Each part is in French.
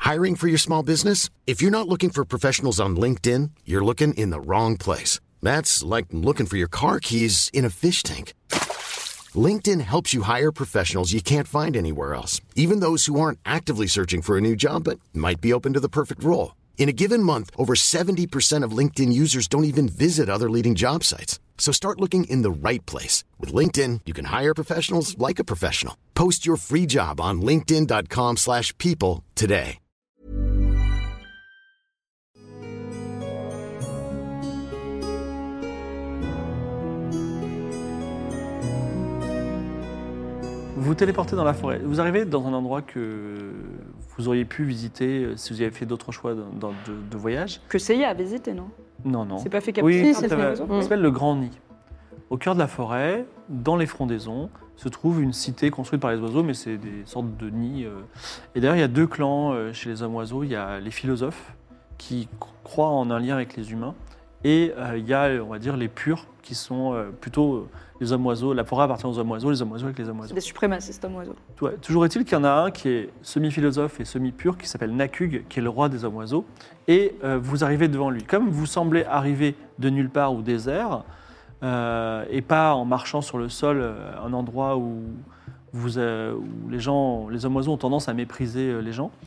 Hiring for your small business? If you're not looking for professionals on LinkedIn, you're looking in the wrong place. That's like looking for your car keys in a fish tank. LinkedIn helps you hire professionals you can't find anywhere else, even those who aren't actively searching for a new job but might be open to the perfect role. In a given month, over 70% of LinkedIn users don't even visit other leading job sites. So start looking in the right place. With LinkedIn, you can hire professionals like a professional. Post your free job on linkedin.com/people today. Vous téléportez dans la forêt. Vous arrivez dans un endroit que vous auriez pu visiter si vous avez fait d'autres choix de voyage. Que Seiya a visité, non? Non. C'est pas fait Oui, capturer ça s'appelle le Grand Nid. Au cœur de la forêt, dans les frondaisons, se trouve une cité construite par les oiseaux, mais c'est des sortes de nids. Et d'ailleurs, il y a deux clans chez les hommes-oiseaux. Il y a les philosophes qui croient en un lien avec les humains, et il y a, on va dire, les purs qui sont plutôt les hommes-oiseaux. La forêt appartient aux hommes-oiseaux, les hommes-oiseaux avec les hommes-oiseaux. Des suprémacistes hommes-oiseaux. Ouais, toujours est-il qu'il y en a un qui est semi-philosophe et semi-pur, qui s'appelle Nakug, qui est le roi des hommes-oiseaux, et vous arrivez devant lui. Comme vous semblez arriver de nulle part ou désert, et pas en marchant sur le sol, un endroit où les hommes-oiseaux ont tendance à mépriser les gens,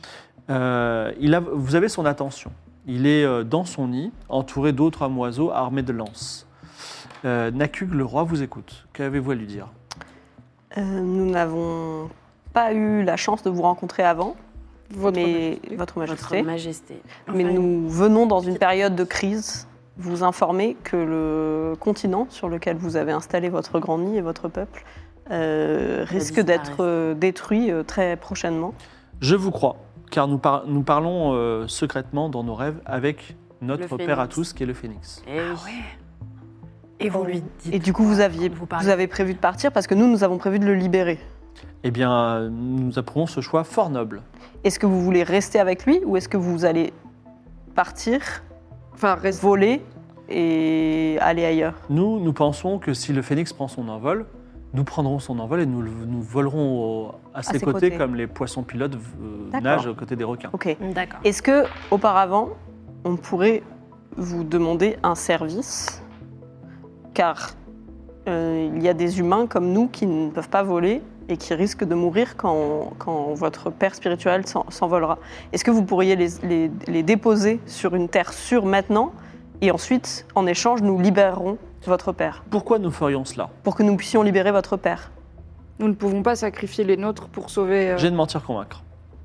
vous avez son attention. Il est dans son nid, entouré d'autres hommes-oiseaux armés de lances. Nakug, le roi, vous écoute. Qu'avez-vous à lui dire ? Nous n'avons pas eu la chance de vous rencontrer avant, Votre Majesté. Mais nous venons dans une période de crise. Vous informer que le continent sur lequel vous avez installé votre grand nid et votre peuple risque d'être détruit très prochainement. Je vous crois, car nous parlons secrètement dans nos rêves avec notre père à tous, qui est le phénix. Ah ouais. Et vous lui dites. Et du coup, vous avez prévu de partir parce que nous avons prévu de le libérer. Eh bien, nous approuvons ce choix fort noble. Est-ce que vous voulez rester avec lui ou est-ce que vous allez partir, voler et aller ailleurs ? Nous pensons que si le phénix prend son envol, nous prendrons son envol et nous volerons à ses côtés comme les poissons pilotes nagent aux côtés des requins. Ok. D'accord. Est-ce que auparavant, on pourrait vous demander un service ? Car il y a des humains comme nous qui ne peuvent pas voler et qui risquent de mourir quand votre père spirituel s'envolera. Est-ce que vous pourriez les déposer sur une terre sûre maintenant et ensuite, en échange, nous libérerons votre père ? Pourquoi nous ferions cela ? Pour que nous puissions libérer votre père. Nous ne pouvons pas sacrifier les nôtres pour sauver... J'ai de mentir convaincre.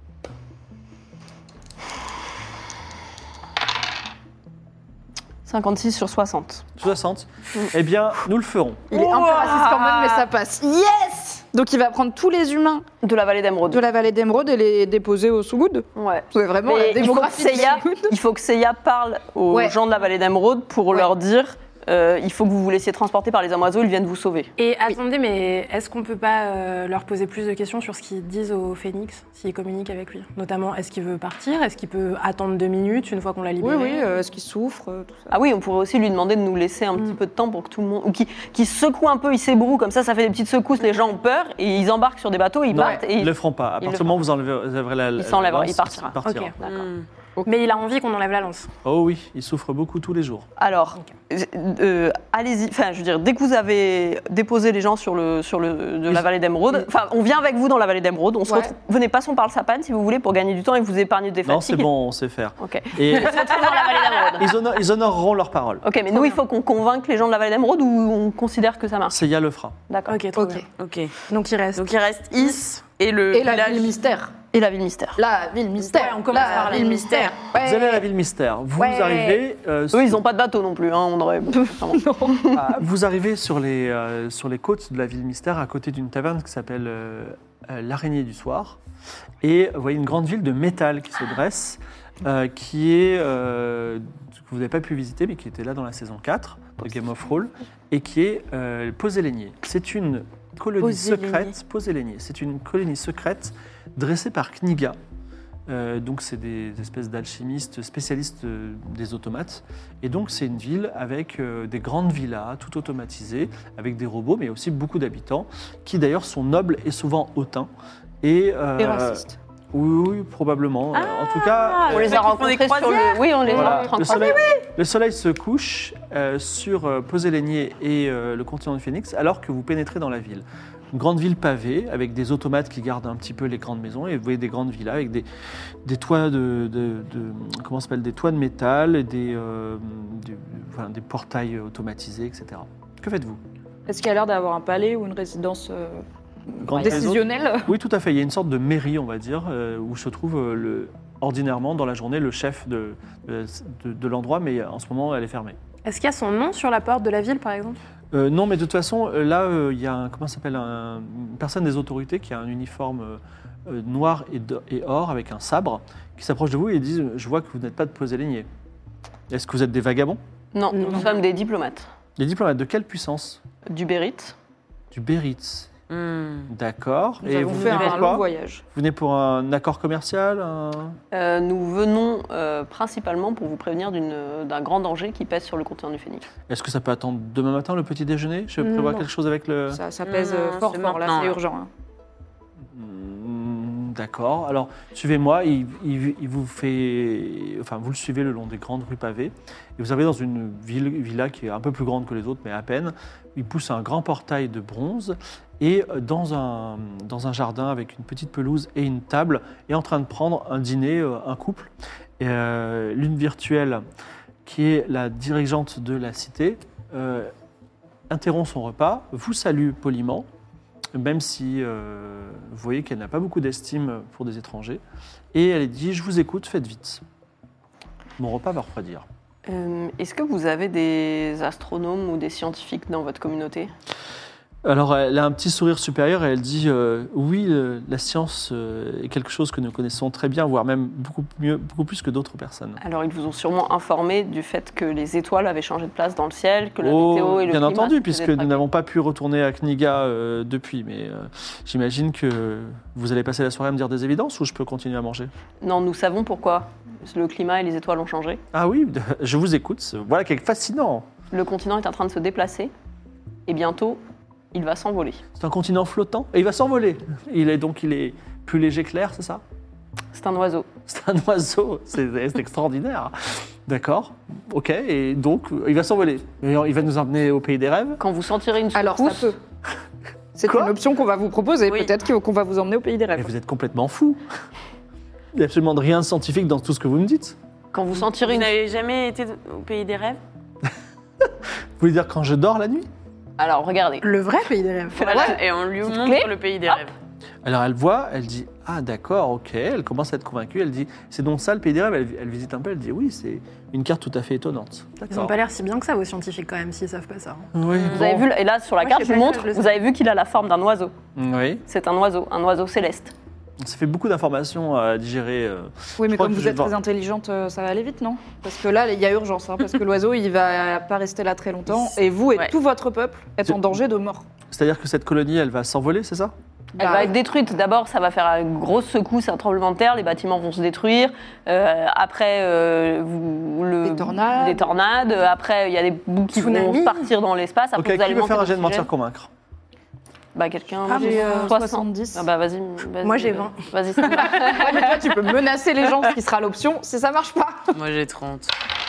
56 sur 60. 60 Eh bien, nous le ferons. Il est un peu raciste quand même, mais ça passe. Yes ! Donc il va prendre tous les humains de la vallée d'Emeraude. de la vallée d'Emeraude et les déposer au Sougoud. Ouais. C'est vraiment Mais la démographie il faut que Seiya parle aux gens de la vallée d'Emeraude pour leur dire il faut que vous vous laissiez transporter par les hommes-oiseaux, ils viennent vous sauver. Et attendez, mais est-ce qu'on ne peut pas leur poser plus de questions sur ce qu'ils disent au Phénix, s'ils communiquent avec lui ? Notamment, est-ce qu'il veut partir ? Est-ce qu'il peut attendre 2 minutes une fois qu'on l'a libéré ? Oui, est-ce qu'il souffre tout ça. Ah oui, on pourrait aussi lui demander de nous laisser un petit peu de temps pour que tout le monde... Ou qui secoue un peu, il s'ébroue, comme ça fait des petites secousses, les gens ont peur, et ils embarquent sur des bateaux, ils partent. Et Ils ne le feront pas. À partir du moment où vous enlèverez la il s'enlèvera, il partira. Ok, d'accord. Mais il a envie qu'on enlève la lance. Oh oui, il souffre beaucoup tous les jours. Alors, allez-y, dès que vous avez déposé les gens sur la vallée d'Emeraude, on vient avec vous dans la vallée d'Emeraude, venez, passons par le Sapane si vous voulez pour gagner du temps et vous épargner des fatigues. Non, c'est bon, on sait faire. Ok. Et On se retrouve dans la vallée d'Emeraude. ils honoreront leur parole. Ok, mais nous, il faut qu'on convainque les gens de la vallée d'Emeraude ou on considère que ça marche ? Seiya le fera. D'accord. Ok, trop bien. Ok. Donc il reste. Donc il reste Is et la ville mystère. Et la ville mystère. La ville mystère. Ouais, on commence par la ville mystère. Vous allez à la ville mystère. Vous arrivez. Eux, ils n'ont pas de bateau non plus. On aurait. Vous arrivez sur les côtes de la ville mystère, à côté d'une taverne qui s'appelle l'Araignée du Soir. Et vous voyez une grande ville de métal qui se dresse, qui est que vous n'avez pas pu visiter, mais qui était là dans la saison 4 de Game of Thrones, et qui est Posé-Lénier. C'est une colonie secrète. Posé-Lénier. C'est une colonie secrète dressée par Kniga. Donc c'est des espèces d'alchimistes spécialistes des automates. Et donc c'est une ville avec des grandes villas, tout automatisées, avec des robots, mais aussi beaucoup d'habitants, qui d'ailleurs sont nobles et souvent hautains. Et racistes. Oui, probablement. En tout cas, On les a rencontrés sur le... Oui, on les a voilà, rencontrés. le soleil se couche sur Posé-Lénier et le continent du Phénix alors que vous pénétrez dans la ville. Une grande ville pavée avec des automates qui gardent un petit peu les grandes maisons et vous voyez des grandes villas avec des toits comment ça s'appelle, des toits de métal et des portails automatisés, etc. Que faites-vous? Est-ce qu'il y a l'air d'avoir un palais ou une résidence Grande décisionnelle? Oui, tout à fait. Il y a une sorte de mairie, on va dire, où se trouve ordinairement dans la journée le chef de l'endroit, mais en ce moment elle est fermée. Est-ce qu'il y a son nom sur la porte de la ville, par exemple? Non, mais de toute façon, là, il y a une personne des autorités qui a un uniforme noir et or avec un sabre qui s'approche de vous et dit « Je vois que vous n'êtes pas de Posé-Lénier. Est-ce que vous êtes des vagabonds ?» Non, nous sommes des diplomates. Des diplomates de quelle puissance? Du Bérite. Du Béritz. D'accord. Nous avons fait un long voyage. Vous venez pour un accord commercial Nous venons principalement pour vous prévenir d'un grand danger qui pèse sur le continent du Phénix. Est-ce que ça peut attendre demain matin, le petit déjeuner? Je prévois quelque chose avec le... Ça pèse fort, c'est là, maintenant, c'est là. urgent. Hein. D'accord. Alors, suivez-moi. Il vous fait... Enfin, vous le suivez le long des grandes rues pavées. Et vous arrivez dans une villa qui est un peu plus grande que les autres, mais à peine. Il pousse un grand portail de bronze. Et dans un jardin avec une petite pelouse et une table, est en train de prendre un dîner, un couple. Et, l'une virtuelle, qui est la dirigeante de la cité, interrompt son repas, vous salue poliment, même si vous voyez qu'elle n'a pas beaucoup d'estime pour des étrangers. Et elle dit « Je vous écoute, faites vite. Mon repas va refroidir. » Est-ce que vous avez des astronomes ou des scientifiques dans votre communauté? Alors, elle a un petit sourire supérieur et elle dit oui, la science est quelque chose que nous connaissons très bien, voire même beaucoup plus que d'autres personnes. Alors, ils vous ont sûrement informé du fait que les étoiles avaient changé de place dans le ciel, que la météo et le bien climat... entendu, s'étaient puisque détraqués. nous n'avons pas pu retourner à Kniga depuis. Mais j'imagine que vous allez passer la soirée à me dire des évidences ou je peux continuer à manger? Non, nous savons pourquoi le climat et les étoiles ont changé. Ah oui, je vous écoute. Voilà quelque fascinant. Le continent est en train de se déplacer et bientôt, il va s'envoler. C'est un continent flottant et il va s'envoler. Il est plus léger que l'air, c'est ça? C'est un oiseau. C'est un oiseau, c'est extraordinaire. D'accord, ok, et donc il va s'envoler. Et il va nous emmener au pays des rêves. Quand vous sentirez une Alors, ça secousse, peut. C'est Quoi une option qu'on va vous proposer. Oui. Peut-être qu'on va vous emmener au pays des Mais rêves. vous êtes complètement fou. Il n'y a absolument rien de scientifique dans tout ce que vous me dites. quand vous sentirez Vous une... n'avez jamais été au pays des rêves? Vous voulez dire quand je dors la nuit? Alors, regardez. Le vrai pays des rêves. Voilà, et on lui montre clé. le pays des rêves. Alors elle voit, elle dit « Ah d'accord, ok », elle commence à être convaincue, elle dit « C'est donc ça le pays des rêves ?» Elle visite un peu, elle dit « Oui, c'est une carte tout à fait étonnante. » Ils n'ont pas l'air si bien que ça, vos scientifiques, quand même, s'ils savent pas ça. Oui, Vous avez vu, et là, sur la Moi, carte, je je sais vous pas, montre, je le vous sais. avez vu qu'il a la forme d'un oiseau. Oui, C'est un oiseau céleste. ça fait beaucoup d'informations à digérer. Oui, mais crois comme que vous je êtes vais très intelligente, ça va aller vite, non? Parce que là, il y a urgence, hein, parce que l'oiseau, il va pas rester là très longtemps. Et vous et Ouais. tout votre peuple êtes en danger de mort. C'est-à-dire que cette colonie, elle va s'envoler, c'est ça? Elle Bah, va être détruite. D'abord, ça va faire une grosse secousse, un tremblement de terre, les bâtiments vont se détruire. Après, Des tornades. Des tornades. Après, il y a des bouts qui Tsunami. vont partir dans l'espace. Après, Ok, vous allez qui veut faire un monter jet de mentir d'oxygène. convaincre? Bah, quelqu'un. Ah, j'ai 60. 70. Ah bah, vas-y. Moi, j'ai 20. Vas-y, c'est bon. Ouais, mais toi, tu peux menacer les gens, ce qui sera l'option si ça marche pas. Moi j'ai 30.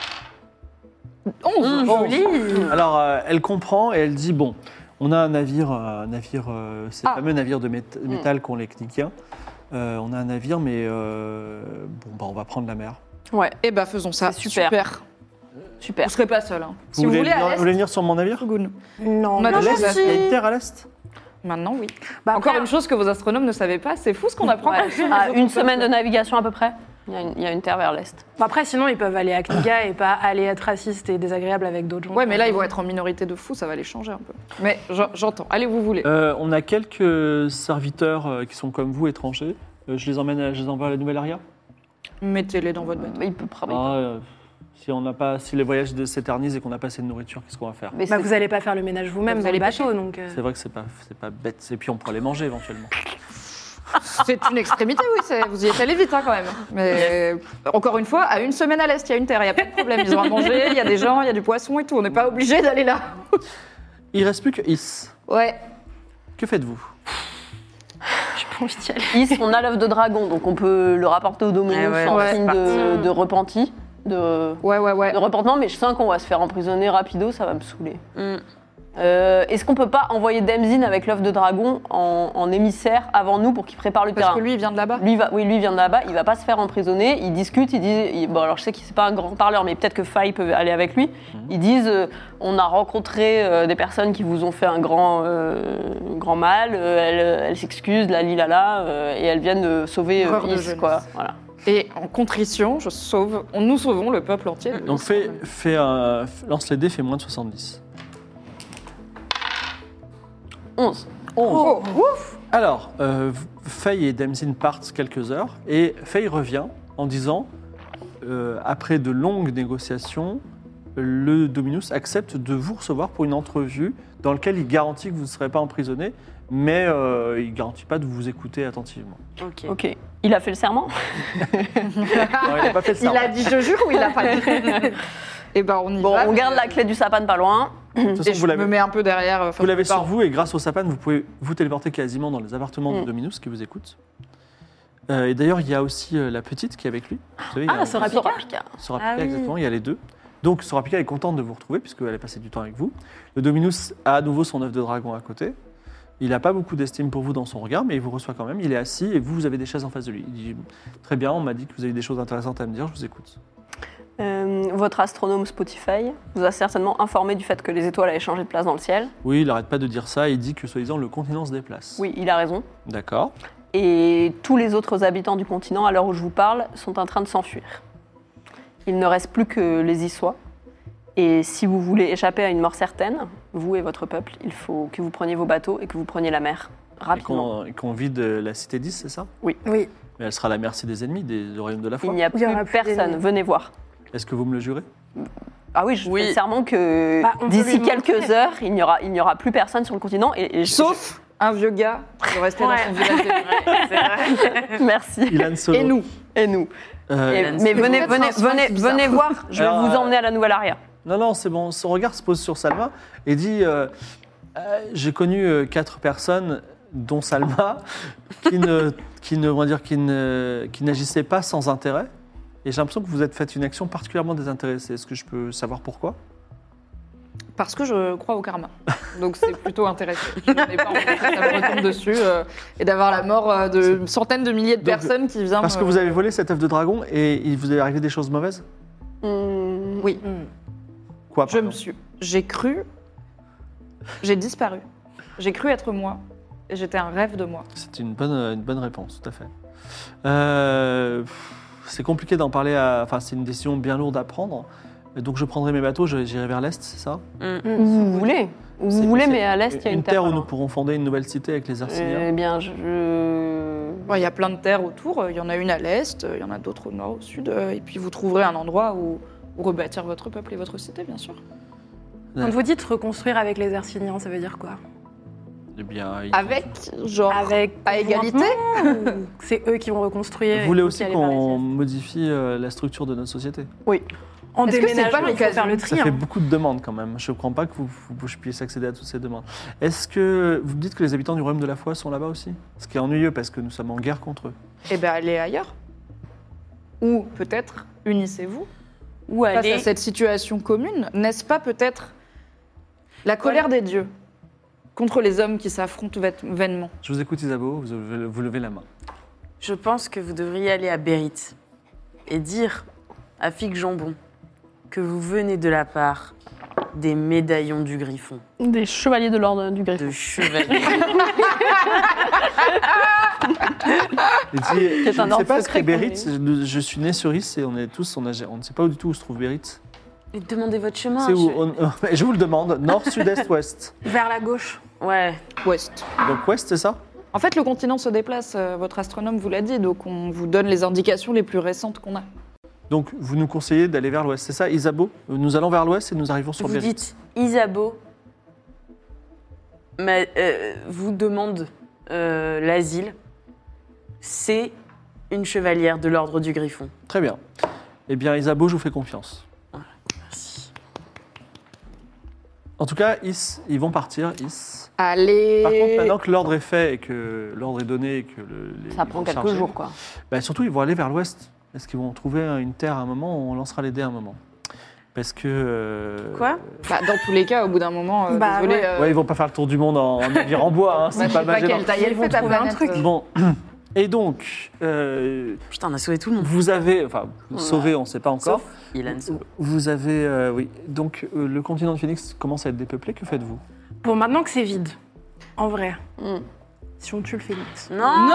11. Joli. Alors, elle comprend et elle dit bon, on a un navire, ces Ah. fameux navires de métal qu'ont les Knikiens. On a un navire, mais bon, bah, on va prendre la mer. Ouais, Eh ben, faisons ça. C'est super. super. Vous serez pas seul. Hein. Si Vous vous voulez, vous à voulez l'est, venir sur mon navire? Turgoun. Non, On a À déjà l'est? fait. Il y a une terre à l'est? Maintenant, oui. Bah, Encore après, une chose que vos astronomes ne savaient pas, c'est fou ce qu'on apprend. Ouais. quand même. À une semaine de navigation à peu près, il y a une terre vers l'est. Après, sinon, ils peuvent aller à Kniga et pas aller être racistes et désagréables avec d'autres gens. Ouais, mais là, ils vont être en minorité de fous, ça va les changer un peu. Mais j'entends. Allez, vous voulez. On a quelques serviteurs qui sont comme vous, étrangers. Je les envoie à la nouvelle aria. Mettez-les dans votre bateau. Il peut Si les voyages s'éternisent et qu'on n'a pas assez de nourriture, qu'est-ce qu'on va faire? Mais Bah, c'est- vous allez pas faire le ménage vous-même Vous dans allez le bateau, donc. C'est vrai que c'est pas bête. Et puis on pourra les manger éventuellement. C'est une extrémité, oui. Vous y êtes allé vite, hein, quand même. Mais encore une fois, à une semaine à l'est, il y a une terre, il n'y a pas de problème. Ils ont à manger, il y a des gens, il y a du poisson et tout. On n'est pas obligé d'aller là. Il reste plus que Is. Ouais. Que faites-vous? pas envie d'y aller. Is, on a l'œuf de dragon, donc on peut le rapporter au Dominus Ah ouais, en ouais, signe c'est de repenti, de Ouais. repentement, mais je sens qu'on va se faire emprisonner rapido, ça va me saouler. Mm. Est-ce qu'on peut pas envoyer Demzin avec l'œuf de dragon en émissaire avant nous pour qu'il prépare le Parce terrain? que lui, il vient de là-bas. Lui vient de là-bas, il va pas se faire emprisonner, il discute, bon alors je sais qu'il c'est pas un grand parleur, mais peut-être que Faye peut aller avec lui. Ils disent, on a rencontré des personnes qui vous ont fait un grand mal, elles s'excusent, et elles viennent de sauver Horreur de Is, jeunesse. quoi. Voilà. Et en contrition, nous sauvons le peuple entier. Donc lance les dés, fait moins de 70. 11. Oh, Alors, Faye et Demzin partent quelques heures et Faye revient en disant, après de longues négociations, le Dominus accepte de vous recevoir pour une entrevue dans laquelle il garantit que vous ne serez pas emprisonné, mais il ne garantit pas de vous écouter attentivement. Ok. Il a fait le serment? Non, il n'a pas fait ça. Il a dit je jure ou il a pas dit? Eh ben on y Bon, va. on garde la clé du sapin pas loin. De toute Et façon, je vous l'avez. me mets un peu derrière. Vous l'avez sur vous et grâce au sapin, vous pouvez vous téléporter quasiment dans les appartements de Mm. Dominus qui vous écoutent. Et d'ailleurs, il y a aussi la petite qui est avec lui. Vous savez, il y a Sorapika. Sorapika, Ah oui. exactement, il y a les deux. Donc Sorapika est contente de vous retrouver puisqu'elle a passé du temps avec vous. Le Dominus a à nouveau son œuf de dragon à côté. Il n'a pas beaucoup d'estime pour vous dans son regard, mais il vous reçoit quand même. Il est assis et vous avez des chaises en face de lui. Il dit « Très bien, on m'a dit que vous avez des choses intéressantes à me dire, je vous écoute. » Votre astronome Spotify vous a certainement informé du fait que les étoiles avaient changé de place dans le ciel. Oui, il n'arrête pas de dire ça. Il dit que, soi-disant, le continent se déplace. Oui, il a raison. D'accord. Et tous les autres habitants du continent, à l'heure où je vous parle, sont en train de s'enfuir. Il ne reste plus que les Issois. Et si vous voulez échapper à une mort certaine, vous et votre peuple, il faut que vous preniez vos bateaux et que vous preniez la mer rapidement. Et qu'on vide la cité 10, c'est ça? Oui. Mais elle sera à la merci des ennemis, du royaume de la foi. Il n'y a Il y plus aura plus personne, d'ennemis. venez voir. Est-ce que vous me le jurez? Ah oui, je Oui. fais serment que Bah, on peut d'ici lui quelques montrer. heures, il n'y aura plus personne sur le continent. Sauf un vieux gars qui restait dans son village. C'est vrai. Merci. Ilan Solo. Et nous. Et nous. Euh, Mais venez, peut-être venez, un soin venez, bizarre. venez voir, je vais Alors, vous emmener à la Nouvelle Aria. Non, c'est bon. Son regard se pose sur Salma et dit j'ai connu 4 personnes, dont Salma, qui n'agissaient pas sans intérêt. Et j'ai l'impression que vous êtes fait une action particulièrement désintéressée. Est-ce que je peux savoir pourquoi? Parce que je crois au karma. Donc c'est plutôt intéressant. Je n'ai pas envie que ça me retombe dessus et d'avoir la mort de centaines de milliers de Donc, personnes qui viennent. Parce que vous avez volé cet œuf de dragon et il vous est arrivé des choses mauvaises? Oui, Quoi pardon j'ai disparu. J'ai cru être moi. Et j'étais un rêve de moi. C'est une bonne réponse, tout à fait. C'est compliqué d'en parler, enfin c'est une décision bien lourde à prendre. Donc je prendrai mes bateaux, j'irai vers l'est, c'est ça? Où vous voulez. Où vous voulez, mais à l'est, il y a une terre où nous alors. pourrons fonder une nouvelle cité avec les Arsiniens. Eh bien, Il y a plein de terres autour. Il y en a une à l'est, il y en a d'autres au nord, au sud. Et puis vous trouverez un endroit où rebâtir votre peuple et votre cité, bien sûr. Quand vous dites reconstruire avec les Arsiniens, ça veut dire quoi? Eh bien, Avec, genre, Avec à égalité. ou c'est eux qui vont reconstruire. Vous voulez et aussi aller vers les qu'on siestes. modifie la structure de notre société? En Est-ce que c'est déménagement, pas il faut l'occasion faire le Ça tri. fait hein. beaucoup de demandes quand même. Je ne comprends pas que vous puissiez accéder à toutes ces demandes. Est-ce que vous me dites que les habitants du royaume de la foi sont là-bas aussi? Ce qui est ennuyeux parce que nous sommes en guerre contre eux. Eh bien, allez ailleurs. Ou peut-être unissez-vous Ou face aller. à cette situation commune. N'est-ce pas peut-être la colère des dieux contre les hommes qui s'affrontent vainement? Je vous écoute Isabeau, vous levez la main. Je pense que vous devriez aller à Bérite et dire à Fig Jambon que vous venez de la part des médaillons du Griffon, des chevaliers de l'ordre du Griffon. de chevaliers. Il dit, C'est je un ne sais ordre pas ce secret qu'est Bérite, je suis né sur Is et on est tous, on ne sait pas du tout où se trouve Bérite. Et demandez votre chemin. C'est où je vous le demande, nord, sud-est, ouest. Vers la gauche. Ouais. Ouest. Donc ouest, c'est ça? En fait, le continent se déplace, votre astronome vous l'a dit, donc on vous donne les indications les plus récentes qu'on a. Donc vous nous conseillez d'aller vers l'ouest, c'est ça Isabeau? Nous allons vers l'ouest et nous arrivons sur Vous Bérite. dites Isabeau vous demande l'asile. C'est une chevalière de l'ordre du Griffon. Très bien. Eh bien Isabeau, je vous fais confiance. Merci. En tout cas, ils vont partir. Allez. Par contre, maintenant que l'ordre est fait et que l'ordre est donné et que Ça prend quelques jours, quoi. Surtout, ils vont aller vers l'ouest. Est-ce qu'ils vont trouver une terre à un moment ou on lancera les dés à un moment? Parce que... Quoi? Dans tous les cas, au bout d'un moment, désolé. Ouais, ils vont pas faire le tour du monde en navire en bois. Hein, c'est je pas sais pas Magellan. quelle taille elle Ils vont fait ta trouver un planète. truc. Bon. Et donc, Putain, on a sauvé tout le monde. vous avez... Enfin, sauvé, on ne sait pas encore. Sauf Ilan Solo. Vous avez... oui. Donc, le continent de Phoenix commence à être dépeuplé. Que faites-vous? Bon, maintenant que c'est vide, en vrai, Mm. si on tue le phénix. Non.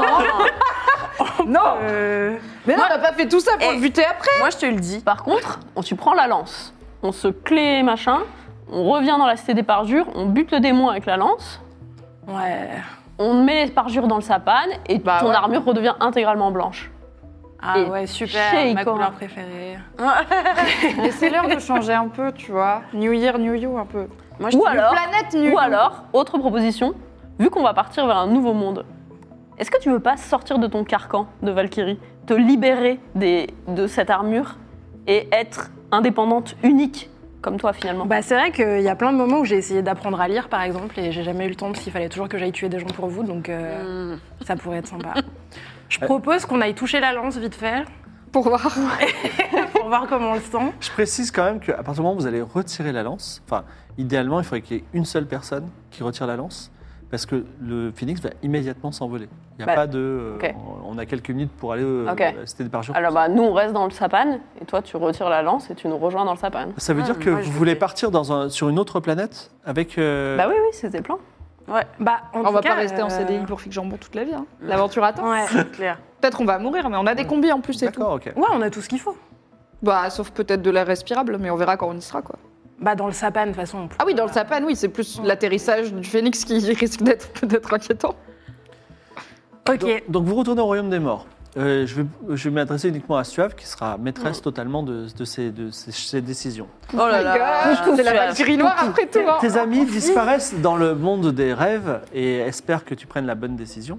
Non. Mais non, on n'a pas fait tout ça pour Eh. le buter après. Moi, je te le dis. Par contre, tu prends la lance, on se clé machin, on revient dans la cité des parjures, on bute le démon avec la lance, Ouais. on met les parjures dans le sapane et Bah ton ouais. armure redevient intégralement blanche. Ah Et ouais, super, shake, ma quoi. couleur préférée. Mais c'est l'heure de changer un peu, tu vois. New Year, New You, un peu. Moi, je Ou te alors, Planète New You. ou alors, autre proposition, vu qu'on va partir vers un nouveau monde, est-ce que tu veux pas sortir de ton carcan de Valkyrie, te libérer de cette armure et être indépendante, unique, comme toi finalement? Bah, c'est vrai qu'il y a plein de moments où j'ai essayé d'apprendre à lire, par exemple, et j'ai jamais eu le temps parce qu'il fallait toujours que j'aille tuer des gens pour vous, donc ça pourrait être sympa. Je propose qu'on aille toucher la lance vite fait, Pour voir. pour voir comment on le sent. Je précise quand même qu'à partir du moment où vous allez retirer la lance, enfin, idéalement, il faudrait qu'il y ait une seule personne qui retire la lance, parce que le phénix va immédiatement s'envoler. Il n'y a Bah, pas de... ok. On a quelques minutes pour aller Ok. à la cité des parjures. Alors nous on reste dans le sapane et toi tu retires la lance et tu nous rejoins dans le sapane. Ça veut Ah, dire mais que moi, je vous le voulez fais. partir sur une autre planète avec... Bah oui, c'était le plan. Ouais, Bah, en On tout va cas, pas rester en CDI pour Fig Jambon toute la vie. Hein. L'aventure attend. Ouais. c'est clair. Peut-être on va mourir, mais on a des combis en plus, c'est tout. D'accord, ok. Ouais, on a tout ce qu'il faut. Bah, sauf peut-être de l'air respirable, mais on verra quand on y sera, quoi. Bah, dans le sapin, de toute façon. Ah oui, dans le sapin, oui, c'est plus l'atterrissage du phénix qui risque d'être peut-être inquiétant. Ok. Donc vous retournez au royaume des morts. Je vais m'adresser uniquement à Suave, qui sera maîtresse totalement de ces décisions. Oh là là. God, c'est la Valkyrie noire après tout. Hein. Tes amis disparaissent dans le monde des rêves et espèrent que tu prennes la bonne décision.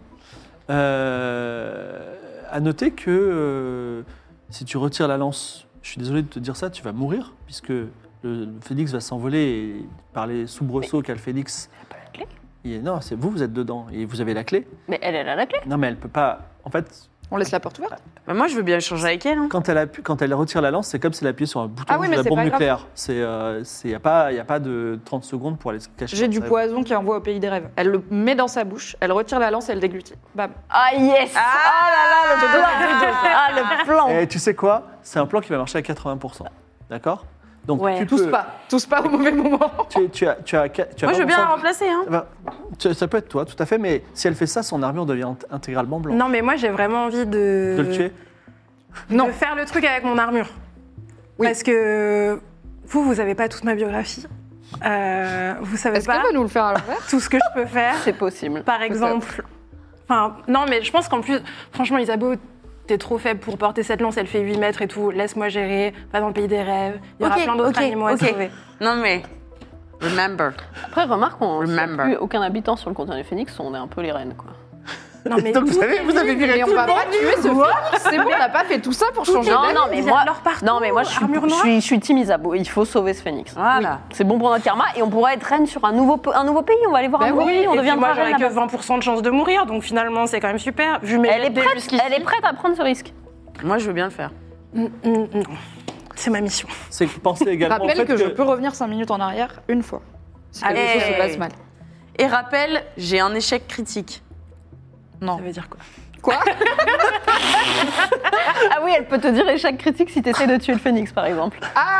À noter que si tu retires la lance, je suis désolé de te dire ça, tu vas mourir, puisque le phénix va s'envoler et par les soubresauts qu'a le phénix. Elle a pas la clé. Non, c'est vous êtes dedans et vous avez la clé. Mais elle a la clé. Non, mais elle peut pas. En fait, On laisse la porte ouverte. Bah, moi, je veux bien échanger avec elle. Hein. quand elle retire la lance, c'est comme si elle appuyait sur un bouton Ah oui, de mais la c'est bombe pas grave. nucléaire. Il n'y a pas de 30 secondes pour aller se cacher. J'ai dans du sa- poison qui envoie au pays des rêves. Elle le met dans sa bouche, elle retire la lance et elle déglutit. Bam. Ah yes. Ah là là le plan. Ah le plan. Et tu sais quoi? C'est un plan qui va marcher à 80%. D'accord? Donc Ouais. tu Tous peux. pas au mauvais moment. Tu as Moi, je veux bien la 20%. remplacer. Hein. Bah, ça peut être toi, tout à fait, mais si elle fait ça, son armure devient intégralement blanche. Non, mais moi, j'ai vraiment envie de De le tuer? Non. de faire le truc avec mon armure. Oui. Parce que vous avez pas toute ma biographie. Vous savez Est-ce qu'elle pas va nous le faire à l'envers? tout ce que je peux faire. C'est possible. Par exemple, enfin, non, mais je pense qu'en plus, franchement, Isabeau, t'es trop faible pour porter cette lance, elle fait 8 mètres et tout, laisse-moi gérer, va dans le pays des rêves, il y aura Ok, plein d'autres ok, animaux à ok. sauver. Non, mais. Remember. Après remarque on n'a Remember. plus aucun habitant sur le continent du Phénix, on est un peu les reines quoi. Non, mais Donc vous avez viré Mais tout on le va monde. pas tuer ce phénix, c'est bon, on n'a pas fait tout ça pour changer Non d'avis. non mais ils moi viennent leur partout, non mais moi je armure noire. suis team Isabeau, il faut sauver ce phénix. Voilà. C'est bon pour notre karma et on pourra être reine sur un nouveau pays, on va aller voir Ben un nouveau oui, pays, on Et puis deviendra moi, j'aurais reine que là-bas. 20% de chance de mourir, donc finalement, c'est quand même super. Vu mes Elle est jets de prête, jusqu'ici. elle est prête à prendre ce risque. Moi, je veux bien le faire. Non, c'est ma mission. C'est penser également au Rappelle fait que je peux revenir 5 minutes en arrière une fois. Si quelque Allez. chose se passe mal. Et rappel, j'ai un échec critique. Non. Ça veut dire quoi? Quoi? Ah oui, elle peut te dire échec critique si t'essaies de tuer le phénix par exemple.